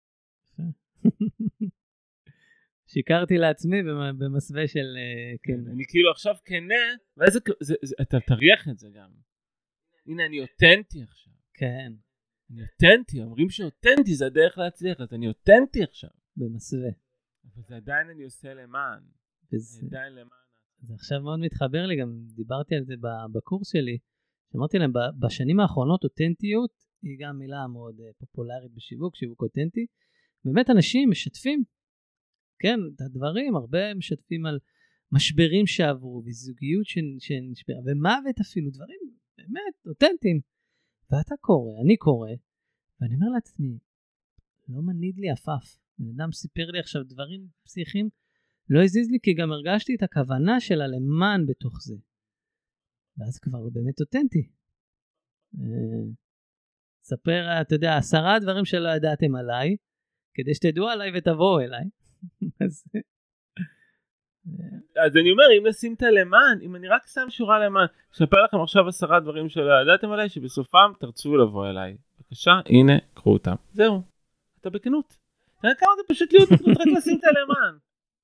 שיקרתי לעצמי במסווה של כן. אני כאילו עכשיו כנה, ואז אתה תריח את זה גם. הנה, אני אותנטי עכשיו. כן. אני אותנטי, אומרים שאותנטי זה הדרך להצליח, אז אני אותנטי עכשיו. במסווה. אבל זה עדיין אני עושה למען. זה עדיין למען. זה עכשיו מאוד מתחבר לי, גם דיברתי על זה בקורס שלי, שאמרתי להם, בשנים האחרונות אותנטיות היא גם מילה מאוד פופולרית בשיווק, שיווק אותנטי. באמת אנשים משתפים, כן, את הדברים, הרבה משתפים על משברים שעברו, וזוגיות שנשברה, ומוות אפילו, דברים באמת אותנטיים. ואתה קורא, אני קורא, ואני אומר לעצמי, לא מניד לי אפף. בן אדם סיפר לי עכשיו דברים פסיכיים, לא הזיז לי, כי גם הרגשתי את הכוונה של הלמען בתוך זה. ואז כבר לא באמת אותנטי. ספר, אתה יודע, 10 דברים שלא ידעתם עליי, כדי שתדעו עליי ותבואו אליי. אז אני אומר, אם נשים את הלמען, אם אני רק שם שורה למען, אספר לכם עכשיו 10 דברים שלא ידעתם עליי, שבסופם תרצו לבוא אליי. בבקשה, הנה, קחו אותם. זהו, אתה בכנות. אתה יודע כמה זה פשוט להיות בכנות, רק לשים את הלמען.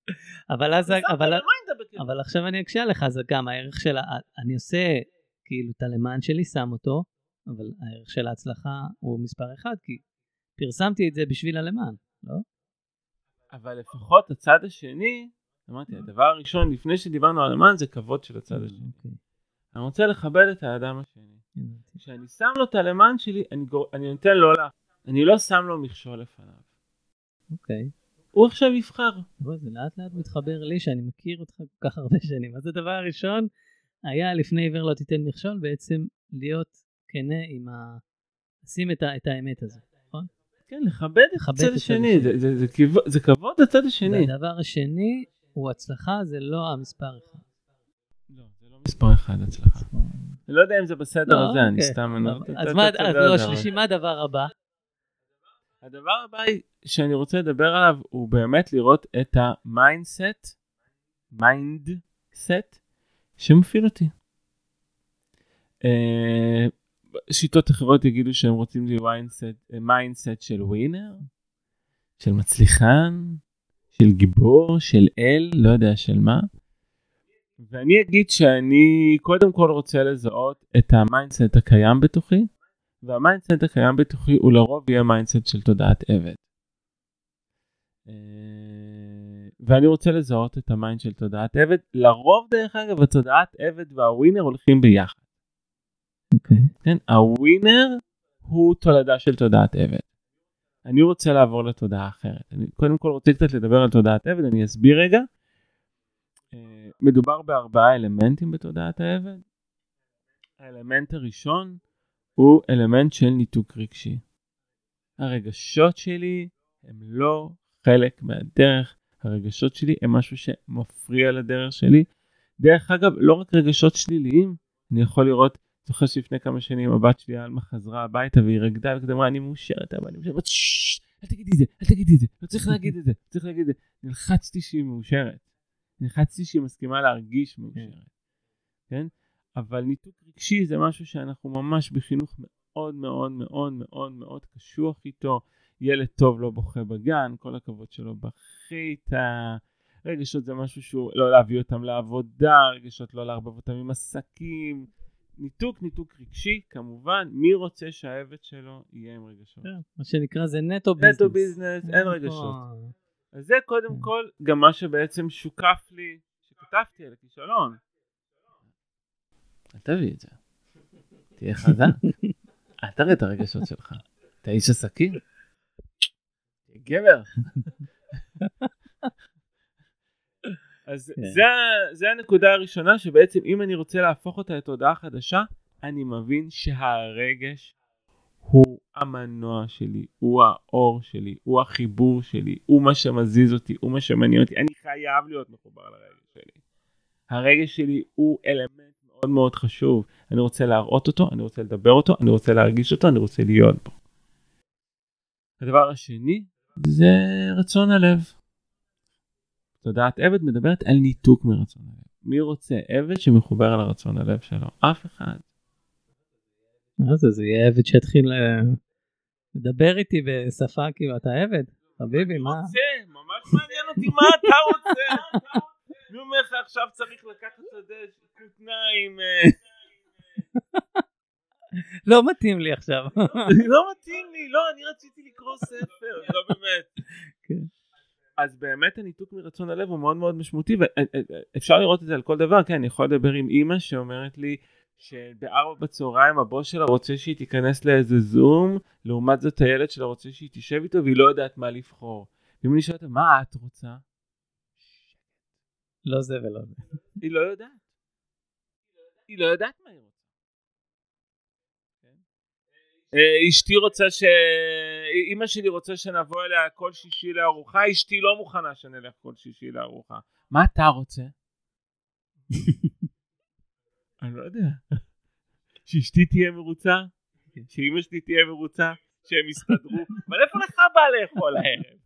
אבל עכשיו אני אקשה לך, זה גם הערך של, אני עושה כאילו את הלמען שלי, שם אותו, אבל הערך של ההצלחה הוא מספר 1, כי פרסמתי את זה בשביל הלמען, לא? אבל לפחות הצד השני, אמרתי, הדבר הראשון לפני שדיברנו על הלמען זה כבוד של הצד השני. אני רוצה לכבד את האדם השני. כשאני שם לו את הלמען שלי, אני נותן לו לה, אני לא שם לו מכשול לפניו. אוקיי. הוא עכשיו יבחר. זה לאט לאט מתחבר לי שאני מכיר אותך כל כך הרבה שנים. אז הדבר הראשון היה לפני עיוור לא תיתן מכשול, בעצם להיות כנה עם לשים את האמת הזו, נכון? כן, לכבד את הצד השני, זה כבוד הצד השני. והדבר השני הוא הצלחה, זה לא המספר 1. לא, זה לא מספר 1 הצלחה. אני לא יודע אם זה בסדר הזה, אני סתם... אז לא, שלישי, מה הדבר הבא? הדבר הבא שאני רוצה לדבר עליו הוא באמת לראות את המיינדסט שמפעיל אותי. שיטות אחרות יגידו שהם רוצים לי מיינדסט של ווינר, של מצליחן, של גיבור, של אל, לא יודע של מה. ואני אגיד שאני קודם כל רוצה לזהות את המיינדסט הקיים בתוכי, והמיינדסט הקיים בתוכי הוא לרוב יהיה מיינדסט של תודעת עבד. ואני רוצה לזהות את המיינד של תודעת עבד. לרוב דרך אגב התודעת עבד והווינר הולכים ביחד. כן? הווינר הוא תולדה של תודעת עבד. אני רוצה לעבור לתודעה אחרת. אני קודם כל רוצה קצת לדבר על תודעת עבד, אני אסביר רגע. מדובר ב4 אלמנטים בתודעת העבד. האלמנט הראשון הוא אלמנט של ניתוק רגשי. הרגשות שלי הם לא חלק מהדרך, הרגשות שלי הם משהו שמפריע לדרך שלי. דרך אגב, לא רק רגשות שליליים, אני יכול לראות, זוכר שלפני כמה שנים הבת שלי אלמה חזרה הביתה והיא רגדה וכדאמרה, אני מאושרת, אבל אני מאושרת, אל תגידי את זה, אל תגידי את זה, לא צריך להגיד את זה, צריך להגיד את זה. נלחצתי שהיא מאושרת, נלחצתי שהיא מסכימה להרגיש מאושרת, כן? אבל ניתוק רגשי זה משהו שאנחנו ממש בחינוך מאוד מאוד מאוד מאוד מאוד קשוח איתו. ילד טוב לא בוכה בגן, כל הכבוד שלו בכית. רגשות זה משהו שהוא לא להביא אותם לעבודה, רגשות לא להרבב אותם עם עסקים. ניתוק רגשי, כמובן, מי רוצה שהעבד שלו יהיה עם רגשות? מה שנקרא זה נטו ביזנס. נטו ביזנס, אין רגשות. אז זה קודם כל גם מה שבעצם שוקף לי, שכתבתי על הכישלון. אל תביא את זה. תהיה חזק. אל תראה את הרגשות שלך. אתה איש עסקים. תהיה גבר. אז זה הנקודה הראשונה שבעצם אם אני רוצה להפוך אותה לתודעה חדשה, אני מבין שהרגש הוא המנוע שלי, הוא האור שלי, הוא החיבור שלי, הוא מה שמזיז אותי, הוא מה שמניע אותי. אני חייב להיות מחובר לרגש שלי. הרגש שלי הוא אלמנט מאוד מאוד חשוב. אני רוצה להראות אותו, אני רוצה לדבר אותו, אני רוצה להרגיש אותו, אני רוצה להיות בו. הדבר השני זה רצון הלב. תודעת עבד מדברת על ניתוק מרצון הלב. מי רוצה עבד שמחובר על הרצון הלב שלו? אף אחד. אז זה יהיה עבד שהתחיל לדבר איתי בשפה כאילו אתה עבד. חביבי, מה? אני רוצה, ממש מעניין אותי מה אתה רוצה. אני אומר לך עכשיו צריך לקחת את זה, כותניים. לא מתאים לי עכשיו. לא מתאים לי, לא, אני רציתי לקרוא ספר, לא באמת. כן. אז באמת הניתוק מרצון הלב הוא מאוד מאוד משמעותי, ואפשר לראות את זה על כל דבר. כן, אני יכול לדבר עם אמא שאומרת לי שב4 בצהריים הבוס שלה רוצה שהיא תיכנס לאיזה זום, לעומת זאת הילד שלה רוצה שהיא תשב איתו והיא לא יודעת מה לבחור. ואם אני שואלת, מה את רוצה? לא זה ולא זה. היא לא יודעת. היא לא יודעת מה היא רוצה. אשתי רוצה אמא שלי רוצה שנבוא אליה כל שישי לארוחה, אשתי לא מוכנה שנלך כל שישי לארוחה. מה אתה רוצה? אני לא יודע. שאשתי תהיה מרוצה? שאמא שלי תהיה מרוצה? שהם יסתדרו? אבל איפה לך בא לאכול הערב?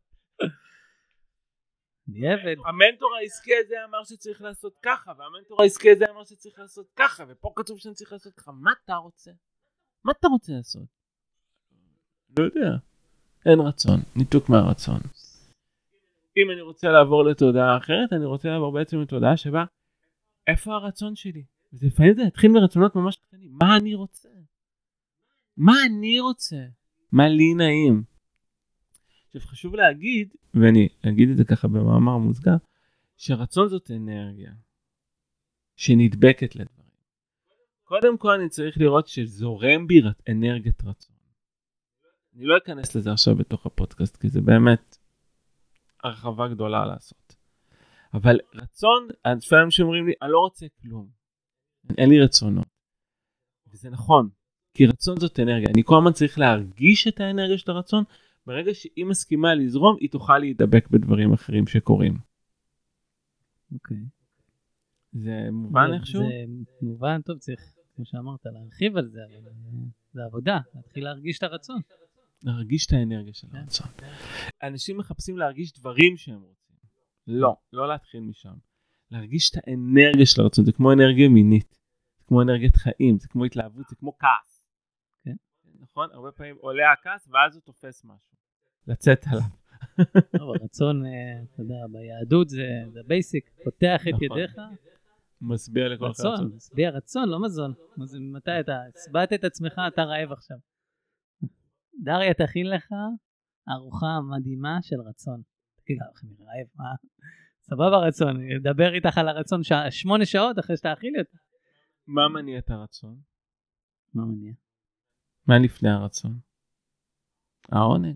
אני עבד. המנטור העסקי הזה אמר שצריך לעשות ככה, והמנטור העסקי הזה אמר שצריך לעשות ככה, ופה כתוב שאני צריך לעשות ככה. מה אתה רוצה? מה אתה רוצה לעשות? לא יודע. אין רצון. ניתוק מהרצון. אם אני רוצה לעבור לתודעה אחרת, אני רוצה לעבור בעצם לתודעה שבה, איפה הרצון שלי? לפעמים זה התחיל מרצונות ממש קטנים. מה אני רוצה? מה אני רוצה? מה לי נעים? עכשיו חשוב להגיד, ואני אגיד את זה ככה במאמר מוסגר, שרצון זאת אנרגיה שנדבקת לדברים. קודם כל אני צריך לראות שזורם בי אנרגיית רצון. אני לא אכנס לזה עכשיו בתוך הפודקאסט, כי זה באמת הרחבה גדולה לעשות. אבל רצון, לפעמים שאומרים לי, אני לא רוצה כלום. אין לי רצונות. וזה נכון, כי רצון זאת אנרגיה. אני כל הזמן צריך להרגיש את האנרגיה של הרצון, ברגע שהיא מסכימה לזרום, היא תוכל להידבק בדברים אחרים שקורים. אוקיי. זה מובן איכשהו? זה מובן, טוב, צריך, כמו שאמרת, להרחיב על זה, אבל זה עבודה, להתחיל להרגיש את הרצון. להרגיש את האנרגיה של הרצון. אנשים מחפשים להרגיש דברים שהם רוצים. לא, לא להתחיל משם. להרגיש את האנרגיה של הרצון, זה כמו אנרגיה מינית, זה כמו אנרגיית חיים, זה כמו התלהבות, זה כמו כעס. כן. נכון? הרבה פעמים עולה הכעס, ואז הוא תופס משהו. לצאת עליו. טוב, הרצון, אתה יודע, ביהדות זה בייסיק, פותח את ידיך. משביע לכל רצון, רצון. משביע רצון, לא מזון. מתי אתה הסבעת את עצמך, אתה רעב עכשיו. דריה תכין לך ארוחה מדהימה של רצון. תגיד לך, אני רעב, מה? סבבה רצון, אדבר איתך על הרצון 8 שעות אחרי שאתה אכיל אותה. מה מניע את הרצון? מה מניע? מה לפני הרצון? העונג.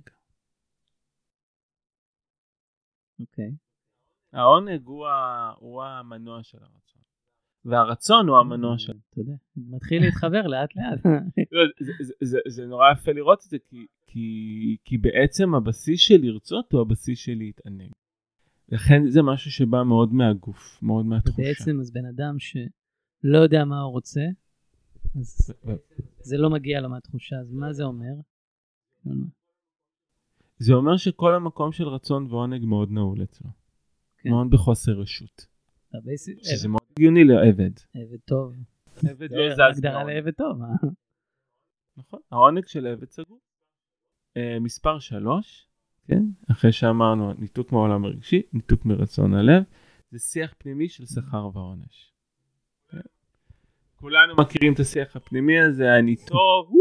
אוקיי. העונג הוא המנוע של הרצון. והרצון הוא המנוע של... אתה יודע, מתחיל להתחבר לאט לאט. זה נורא יפה לראות את זה, כי בעצם הבסיס של לרצות הוא הבסיס של להתענג. לכן זה משהו שבא מאוד מהגוף, מאוד מהתחושה. בעצם אז בן אדם שלא יודע מה הוא רוצה, אז זה לא מגיע לו מהתחושה, אז מה זה אומר? זה אומר שכל המקום של רצון ועונג מאוד נעול אצלו. מאוד בחוסר רשות. שזה מאוד הגיוני לעבד. עבד טוב. עבד לא זז. הגדרה לעבד טוב. נכון. העונג של עבד סגור. מספר 3, כן? אחרי שאמרנו ניתוק מהעולם הרגשי, ניתוק מרצון הלב, זה שיח פנימי של שכר ועונש. כולנו מכירים את השיח הפנימי הזה, אני טוב,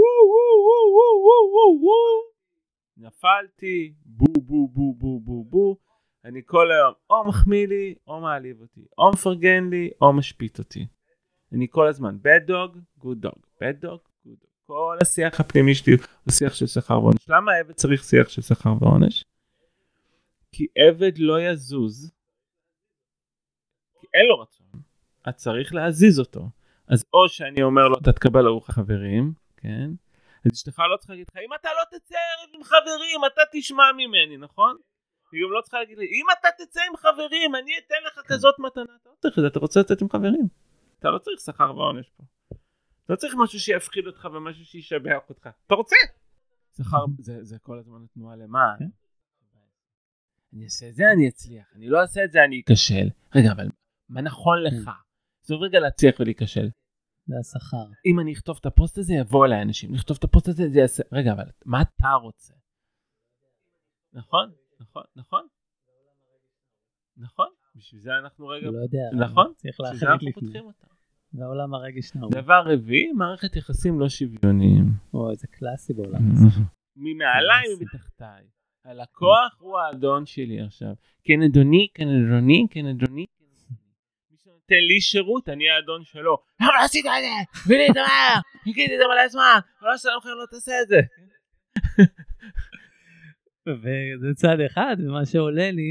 נפלתי, בו בו בו בו בו בו, אני כל היום או מחמיא לי, או מעליב אותי, או מפרגן לי, או משפיט אותי. אני כל הזמן bad dog, good dog, bad dog, good dog. כל השיח הפנימי שלי הוא שיח של שכר ועונש. למה עבד צריך שיח של שכר ועונש? כי עבד לא יזוז, כי אין לו רצון. את צריך להזיז אותו. אז או שאני אומר לו, אתה תקבל ארוחה חברים, כן? אז אשתך לא צריכה להגיד לך, אם אתה לא תצא ערב עם חברים, אתה תשמע ממני, נכון? היא גם לא צריכה להגיד לי, אם אתה תצא עם חברים, אני אתן לך כזאת מתנה. אתה לא צריך את זה, אתה רוצה לצאת עם חברים. אתה לא צריך שכר ועונש פה. אתה לא צריך משהו שיפחיד אותך ומשהו שישבח אותך. אתה רוצה? שכר, זה כל הזמן התנועה למה? אני אעשה את זה, אני אצליח. אני לא אעשה את זה, אני אכשל. רגע, אבל מה נכון לך? זה רגע להצליח ולהיכשל. זה השכר. אם אני אכתוב את הפוסט הזה, יבוא אליי אנשים. לכתוב את הפוסט הזה, זה יעשה... רגע, אבל מה אתה רוצה? נכון? נכון? נכון? נכון? בשביל זה אנחנו רגע... לא יודע. נכון? צריך בשביל זה להחליט אנחנו פותחים אותם. והעולם הרגש נעול. דבר רביעי, מערכת יחסים לא שוויוניים. או, זה קלאסי בעולם הזה. ממעליי ומתחתיי. הלקוח הוא האדון שלי עכשיו. כן אדוני, כן אדוני, כן אדוני. מי שנותן לי שירות, אני האדון שלו. למה לא עשית את זה? ולי את המהר. הגידי את זה מלא זמן. ולא שלום לכם לא תעשה את זה. וזה צד אחד, ומה שעולה לי,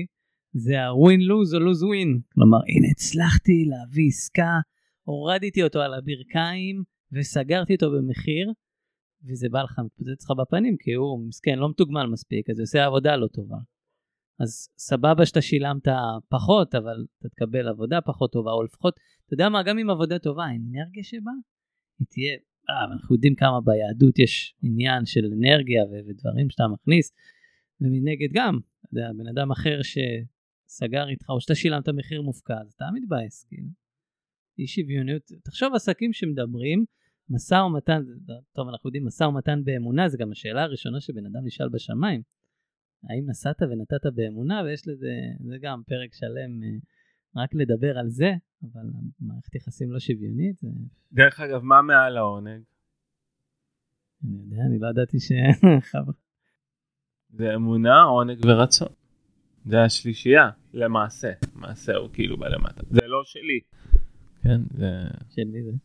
זה ה-win-lose או lose-win. כלומר, הנה הצלחתי להביא עסקה, הורדתי אותו על הברכיים, וסגרתי אותו במחיר, וזה בא לך, מתפוצץ לך בפנים, כי הוא מסכן, לא מתוגמל מספיק, אז הוא עושה עבודה לא טובה. אז סבבה שאתה שילמת פחות, אבל אתה תקבל עבודה פחות טובה, או לפחות, אתה יודע מה, גם עם עבודה טובה, האנרגיה שבה, היא תהיה, אנחנו יודעים כמה ביהדות יש עניין של אנרגיה ודברים שאתה מכניס, ומנגד גם, אתה יודע, בן אדם אחר שסגר איתך, או שאתה שילמת מחיר מופקע, אז אתה מתבאס, כאילו. אי שוויוניות, תחשוב עסקים שמדברים, משא ומתן, טוב אנחנו יודעים, משא ומתן באמונה, זה גם השאלה הראשונה שבן אדם נשאל בשמיים, האם נסעת ונתת באמונה, ויש לזה, זה גם פרק שלם, רק לדבר על זה, אבל מערכת יחסים לא שוויונית. זה... דרך אגב, מה מעל העונג? אני יודע, אני לא ידעתי זה אמונה, עונג ורצון. זה השלישייה, למעשה. מעשה הוא כאילו בלמטה. זה לא שלי. כן, זה... של מי זה?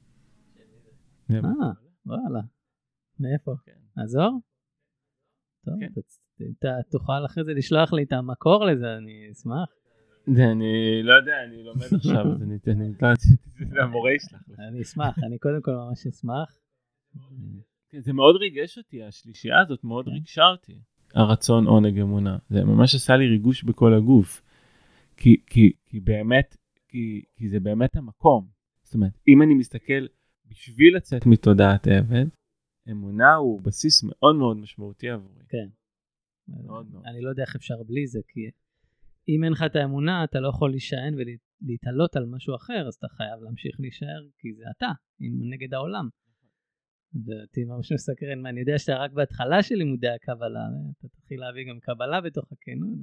וואלה. מאיפה? עזור? טוב, אתה תוכל אחרי זה לשלוח לי את המקור לזה, אני אשמח. אני לא יודע, אני לומד עכשיו, אז אני זה המורה ישלח. אני אשמח, אני קודם כל ממש אשמח. זה מאוד ריגש אותי, השלישייה הזאת מאוד ריגשה אותי. הרצון, עונג, אמונה. זה ממש עשה לי ריגוש בכל הגוף. כי באמת, כי זה באמת המקום. זאת אומרת, אם אני מסתכל בשביל לצאת מתודעת עבד, אמונה הוא בסיס מאוד מאוד משמעותי עבורי. כן. אני לא יודע איך אפשר בלי זה, כי אם אין לך את האמונה, אתה לא יכול להישען ולהתעלות על משהו אחר, אז אתה חייב להמשיך להישאר, כי זה אתה, נגד העולם. ואותי ממש מסקרן, אני יודע שאתה רק בהתחלה של לימודי הקבלה, אתה תתחיל להביא גם קבלה בתוך הכנות.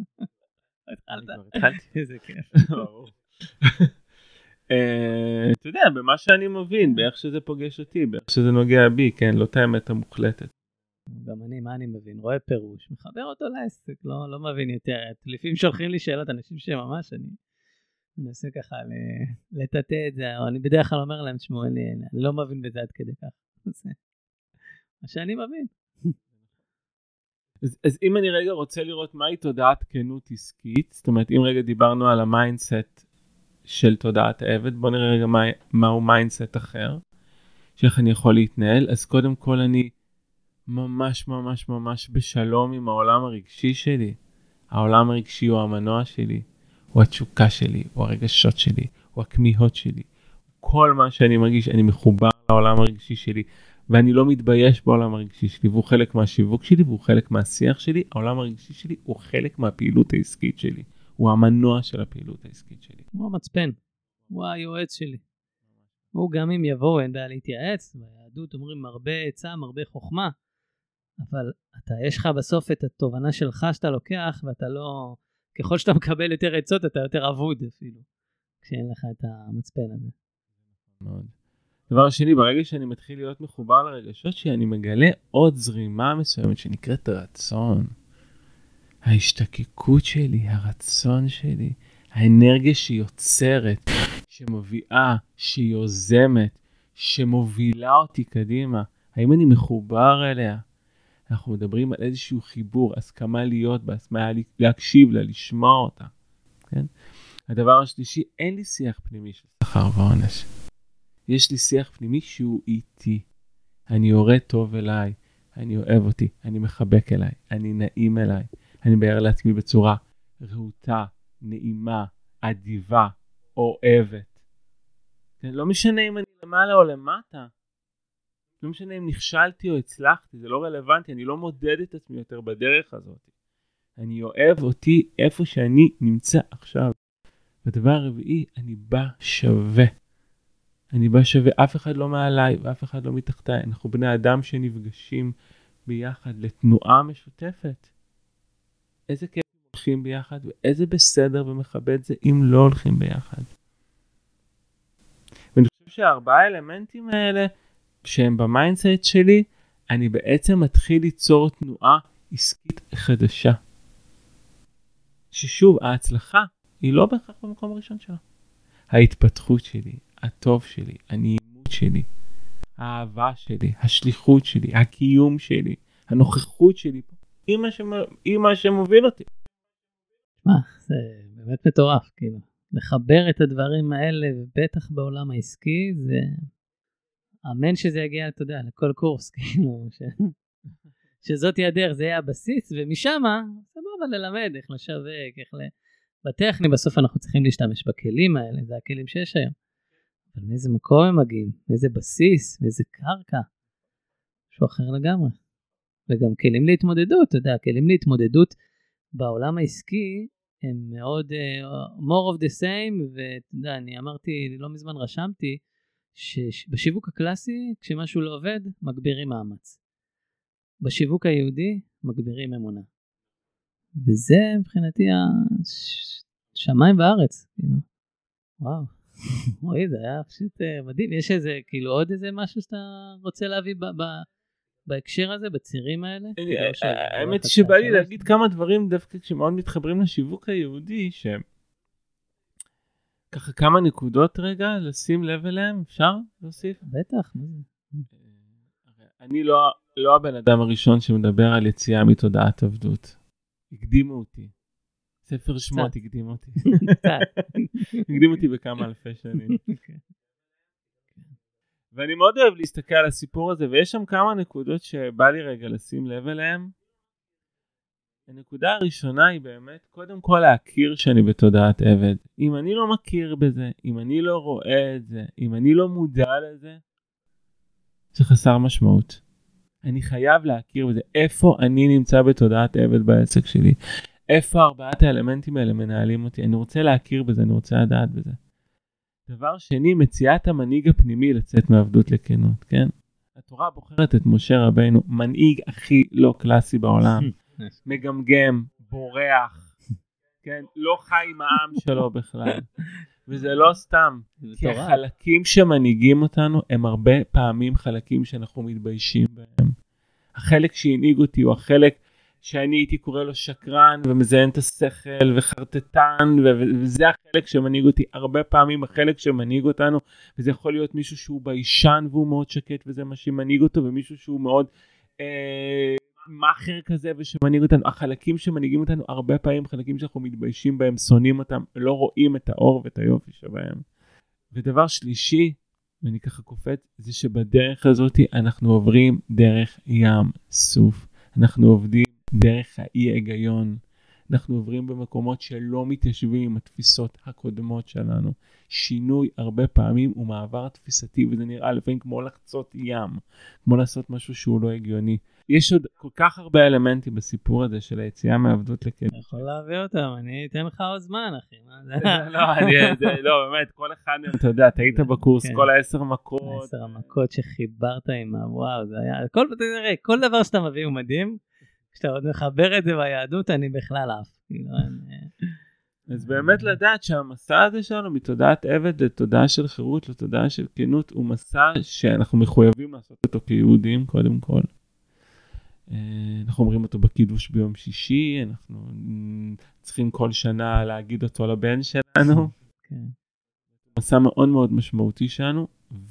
התחלתי. איזה כיף. אתה יודע, במה שאני מבין, באיך שזה פוגש אותי, באיך שזה נוגע בי, כן, לא את האמת המוחלטת. גם אני, מה אני מבין? רואה פירוש, מחבר אותו לעסק, לא מבין יותר. לפעמים שולחים לי שאלות, אנשים שממש אני מנסה ככה לטאטא את זה, או אני בדרך כלל אומר להם, תשמעו, אני לא מבין בזה עד כדי כך. מה שאני מבין. אז אם אני רגע רוצה לראות מהי תודעת כנות עסקית, זאת אומרת, אם רגע דיברנו על המיינדסט של תודעת העבד, בוא נראה רגע מהו מיינדסט אחר, שאיך אני יכול להתנהל. אז קודם כל אני ממש ממש ממש בשלום עם העולם הרגשי שלי. העולם הרגשי הוא המנוע שלי, הוא התשוקה שלי, הוא הרגשות שלי, הוא הכמיהות שלי. כל מה שאני מרגיש, אני מחובר לעולם הרגשי שלי, ואני לא מתבייש בעולם הרגשי שלי, והוא חלק מהשיווק שלי, והוא חלק מהשיח שלי. העולם הרגשי שלי הוא חלק מהפעילות העסקית שלי. הוא המנוע של הפעילות העסקית שלי. הוא המצפן, הוא היועץ שלי. הוא גם אם יבואו, אין בעיה להתייעץ, ביהדות אומרים הרבה עצה, הרבה חוכמה, אבל יש לך בסוף את התובנה שלך שאתה לוקח, ואתה לא, ככל שאתה מקבל יותר עצות, אתה יותר אבוד אפילו, כשאין לך את המצפן הזה. מאוד. דבר שני, ברגע שאני מתחיל להיות מחובר לרגשות שלי, אני מגלה עוד זרימה מסוימת שנקראת רצון. ההשתקקות שלי, הרצון שלי, האנרגיה שיוצרת, שמביאה, שהיא יוזמת, שמובילה אותי קדימה. האם אני מחובר אליה? אנחנו מדברים על איזשהו חיבור, הסכמה להיות בה, הסכמה להקשיב לה, לשמוע אותה. כן? הדבר השלישי, אין לי שיח פנימי של שכר ועונש. יש לי שיח פנימי שהוא איתי. אני יורד טוב אליי, אני אוהב אותי, אני מחבק אליי, אני נעים אליי, אני בער לעצמי בצורה רהוטה, נעימה, אדיבה, אוהבת. כן? לא משנה אם אני למעלה או למטה. לא משנה אם נכשלתי או הצלחתי, זה לא רלוונטי, אני לא מודד את עצמי יותר בדרך הזאת. אני אוהב אותי איפה שאני נמצא עכשיו. והדבר הרביעי, אני בא שווה. אני בא שווה, אף אחד לא מעליי ואף אחד לא מתחתיי. אנחנו בני אדם שנפגשים ביחד לתנועה משותפת. איזה כיף הולכים ביחד ואיזה בסדר ומכבד זה אם לא הולכים ביחד. ואני חושב שהארבעה האלמנטים האלה שהם במיינדסט שלי, אני בעצם מתחיל ליצור תנועה עסקית חדשה. ששוב, ההצלחה היא לא בהכרח במקום הראשון שלה. ההתפתחות שלי, הטוב שלי, הנעימות שלי, האהבה שלי, השליחות שלי, הקיום שלי, הנוכחות שלי, היא מה שמוביל אותי. זה באמת מטורף, כאילו. לחבר את הדברים האלה, ובטח בעולם העסקי, זה... אמן שזה יגיע, אתה יודע, לכל קורס, כאילו, שזאת היא הדרך, זה יהיה הבסיס, ומשם, סבבה ללמד איך לשווק, איך בטכני, בסוף אנחנו צריכים להשתמש בכלים האלה, זה הכלים שיש היום. אבל מאיזה מקום הם מגיעים, מאיזה בסיס, מאיזה קרקע, משהו אחר לגמרי. וגם כלים להתמודדות, אתה יודע, כלים להתמודדות בעולם העסקי, הם מאוד more of the same, ואתה יודע, אני אמרתי, לא מזמן רשמתי, שבשיווק הקלאסי, כשמשהו לא עובד, מגבירים מאמץ. בשיווק היהודי, מגבירים אמונה. וזה מבחינתי השמיים וארץ, כאילו. וואו. אוי, זה היה פשוט מדהים. יש איזה, כאילו, עוד איזה משהו שאתה רוצה להביא בהקשר הזה, בצירים האלה? האמת שבא לי להגיד כמה דברים דווקא שמאוד מתחברים לשיווק היהודי, ככה כמה נקודות רגע לשים לב אליהם, אפשר להוסיף? בטח. אני לא הבן אדם הראשון שמדבר על יציאה מתודעת עבדות. הקדימו אותי. ספר שמות הקדימו אותי. הקדימו אותי בכמה אלפי שנים. ואני מאוד אוהב להסתכל על הסיפור הזה, ויש שם כמה נקודות שבא לי רגע לשים לב אליהם. הנקודה הראשונה היא באמת, קודם כל להכיר שאני בתודעת עבד. אם אני לא מכיר בזה, אם אני לא רואה את זה, אם אני לא מודע לזה, זה חסר משמעות. אני חייב להכיר בזה. איפה אני נמצא בתודעת עבד בעסק שלי? איפה ארבעת האלמנטים האלה מנהלים אותי? אני רוצה להכיר בזה, אני רוצה לדעת בזה. דבר שני, מציאת המנהיג הפנימי לצאת מעבדות לכנות, כן? התורה בוחרת את משה רבינו, מנהיג הכי לא קלאסי בעולם. מגמגם, בורח, כן? לא חי עם העם שלו בכלל. וזה לא סתם, כי החלקים שמנהיגים אותנו הם הרבה פעמים חלקים שאנחנו מתביישים בהם. החלק שהנהיג אותי הוא החלק שאני הייתי קורא לו שקרן ומזיין את השכל וחרטטן, וזה החלק שמנהיג אותי. הרבה פעמים החלק שמנהיג אותנו, וזה יכול להיות מישהו שהוא ביישן והוא מאוד שקט וזה מה שמנהיג אותו, ומישהו שהוא מאוד מאחר כזה ושמנהיג אותנו. החלקים שמנהיגים אותנו הרבה פעמים חלקים שאנחנו מתביישים בהם, שונאים אותם, לא רואים את האור ואת היופי שבהם. ודבר שלישי, ואני ככה קופץ, זה שבדרך הזאת אנחנו עוברים דרך ים סוף. אנחנו עובדים דרך האי היגיון. אנחנו עוברים במקומות שלא מתיישבים עם התפיסות הקודמות שלנו. שינוי הרבה פעמים הוא מעבר תפיסתי, וזה נראה לפעמים כמו לחצות ים, כמו לעשות משהו שהוא לא הגיוני. יש עוד כל כך הרבה אלמנטים בסיפור הזה של היציאה מעבדות לכנות. אני יכול להביא אותם, אני אתן לך עוד זמן, אחי. לא, באמת, כל אחד, אתה יודע, אתה היית בקורס, כל 10 מכות. 10 המכות שחיברת עם וואו, זה היה, כל דבר שאתה מביא הוא מדהים. כשאתה עוד מחבר את זה ביהדות, אני בכלל אף. אז באמת לדעת שהמסע הזה שלנו מתודעת עבד לתודעה של חירות, לתודעה של כנות, הוא מסע שאנחנו מחויבים לעשות אותו כיהודים קודם כל. אנחנו אומרים אותו בקידוש ביום שישי, אנחנו צריכים כל שנה להגיד אותו לבן שלנו. מסע מאוד מאוד משמעותי שלנו,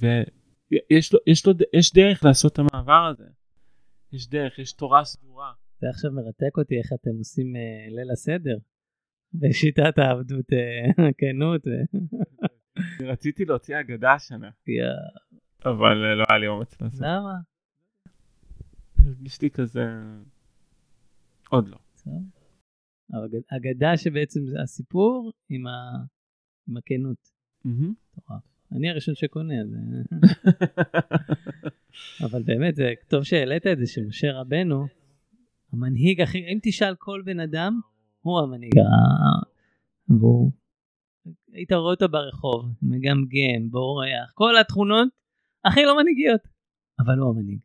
ויש דרך לעשות את המעבר הזה. יש דרך, יש תורה סדורה. זה עכשיו מרתק אותי איך אתם עושים ליל הסדר, בשיטת העבדות כנות. רציתי להוציא אגדה השנה, אבל לא היה לי אומץ לעשות. למה? הרגיש לי כזה, עוד לא. אבל אגדה שבעצם זה הסיפור עם הכנות. אני הראשון שקונה את זה. אבל באמת זה טוב שהעלית את זה שמשה רבנו, המנהיג הכי, אם תשאל כל בן אדם, הוא המנהיג. והוא, היית רואה אותו ברחוב, מגמגם, בורח, כל התכונות הכי לא מנהיגיות, אבל הוא המנהיג.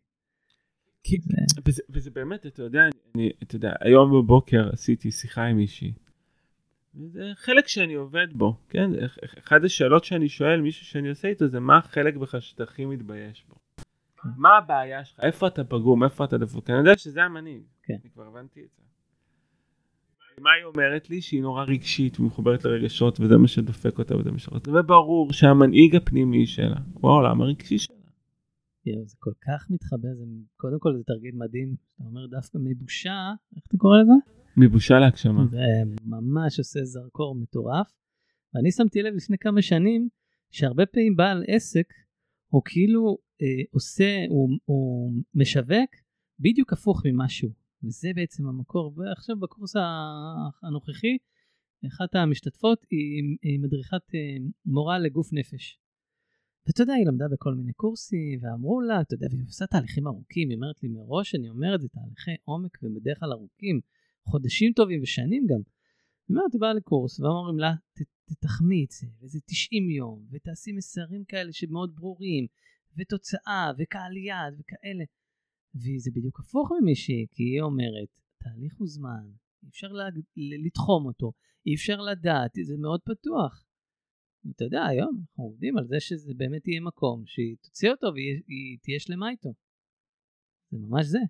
וזה באמת, אתה יודע, היום בבוקר עשיתי שיחה עם מישהי, וזה חלק שאני עובד בו, כן? אחד השאלות שאני שואל מישהו שאני עושה איתו, זה מה החלק בך שאתה הכי מתבייש בו? מה הבעיה שלך? איפה אתה פגום? איפה אתה דפוק? אני יודע שזה המנהיג. אני כבר הבנתי את זה. מה היא אומרת לי? שהיא נורא רגשית ומחוברת לרגשות, וזה מה שדופק אותה וזה מה שרוצה. וברור שהמנהיג הפנימי שלה, הוא העולם הרגשי שלה. זה כל כך מתחבר, קודם כל זה תרגיל מדהים, אתה אומר דווקא מבושה, איך אתה קורא לזה? מבושה להגשמה. זה ממש עושה זרקור מטורף. ואני שמתי לב לפני כמה שנים, שהרבה פעמים בעל עסק, הוא כאילו הוא משווק בדיוק הפוך ממשהו. וזה בעצם המקור. ועכשיו בקורס הנוכחי, אחת המשתתפות היא מדריכת מורה לגוף נפש. ואתה יודע, היא למדה בכל מיני קורסים, ואמרו לה, אתה יודע, והיא עושה תהליכים ארוכים, היא אומרת לי מראש, אני אומר את זה, תהליכי עומק ובדרך כלל ארוכים, חודשים טובים ושנים גם. היא אומרת, היא באה לקורס, ואומרים לה, תחמיץ, וזה 90 יום, ותעשי מסרים כאלה שמאוד ברורים, ותוצאה, וקהל יד, וכאלה. וזה בדיוק הפוך ממישהי, כי היא אומרת, תהליך הוא זמן, אי אפשר לתחום אותו, אי אפשר לדעת, זה מאוד פתוח. אתה יודע, היום אנחנו עובדים על זה שזה באמת יהיה מקום, שהיא תוציא אותו והיא תהיה שלמה איתו. זה ממש זה.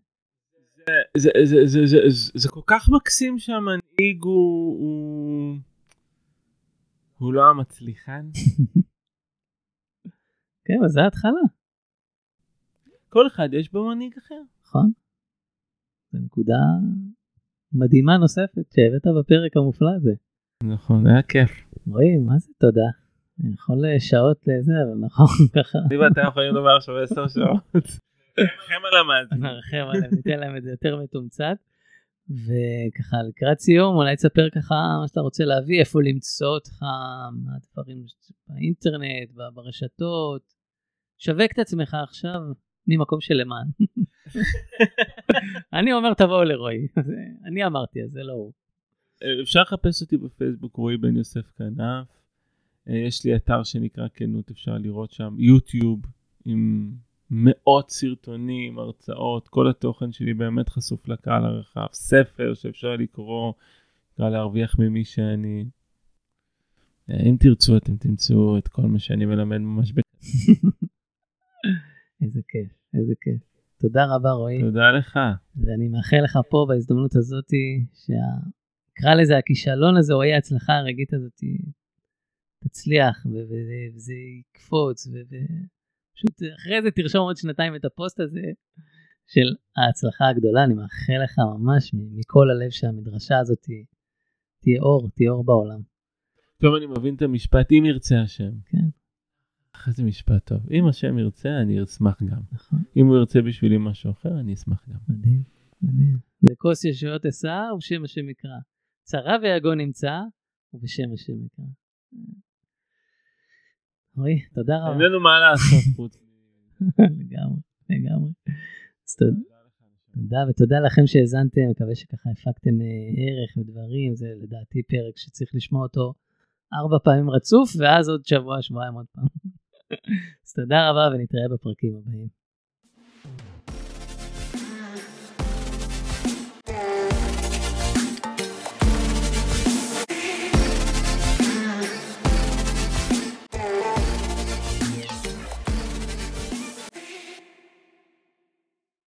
זה כל כך מקסים שהמנהיג הוא לא המצליחן. כן, אבל זה ההתחלה. כל אחד יש בו מנהיג אחר. נכון. זו נקודה מדהימה נוספת שהבאת בפרק המופלא הזה. נכון, היה כיף. רואים, מה זה תודה? אני יכול שעות לזה, אבל נכון ככה. אני ואתה יכולים לדבר עכשיו 10 שעות. נרחם על המאזינים. נרחם עליהם, ניתן להם את זה יותר מתומצת. וככה לקראת סיום, אולי תספר ככה מה שאתה רוצה להביא, איפה למצוא אותך, מה הדברים באינטרנט, ברשתות. שווק את עצמך עכשיו ממקום של למען. אני אומר תבואו לרועי. אני אמרתי, אז זה לא הוא. אפשר לחפש אותי בפייסבוק, רועי בן יוסף כנף. יש לי אתר שנקרא כנות, אפשר לראות שם יוטיוב עם מאות סרטונים, הרצאות, כל התוכן שלי באמת חשוף לקהל הרחב, ספר שאפשר לקרוא, נקרא להרוויח ממי שאני. אם תרצו אתם תמצאו את כל מה שאני מלמד ממש בקצרה. איזה כיף, איזה כיף. תודה רבה רועי. תודה לך. ואני מאחל לך פה בהזדמנות הזאת, קרא לזה הכישלון הזה, או אי ההצלחה הרגעית הזאת, תצליח, וזה יקפוץ, ופשוט אחרי זה תרשום עוד 2 את הפוסט הזה, של ההצלחה הגדולה. אני מאחל לך ממש מכל הלב שהמדרשה הזאת תהיה אור בעולם. טוב, אני מבין את המשפט, אם ירצה השם. כן. אחרי זה משפט טוב. אם השם ירצה, אני אשמח גם. נכון. אם הוא ירצה בשבילי משהו אחר, אני אשמח גם. מדהים, מדהים. זה כוס ישועות אסע, ובשם השם יקרא. צרה ויגון נמצא, ובשם השם יקרא. אוי, תודה רבה. אין לנו מה לעשות חוץ. לגמרי. תודה, ותודה לכם שהזנתם, מקווה שככה הפקתם ערך ודברים, זה לדעתי פרק שצריך לשמוע אותו 4 פעמים רצוף, ואז עוד שבוע, שבועיים עוד פעם. אז תודה רבה, ונתראה בפרקים הבאים.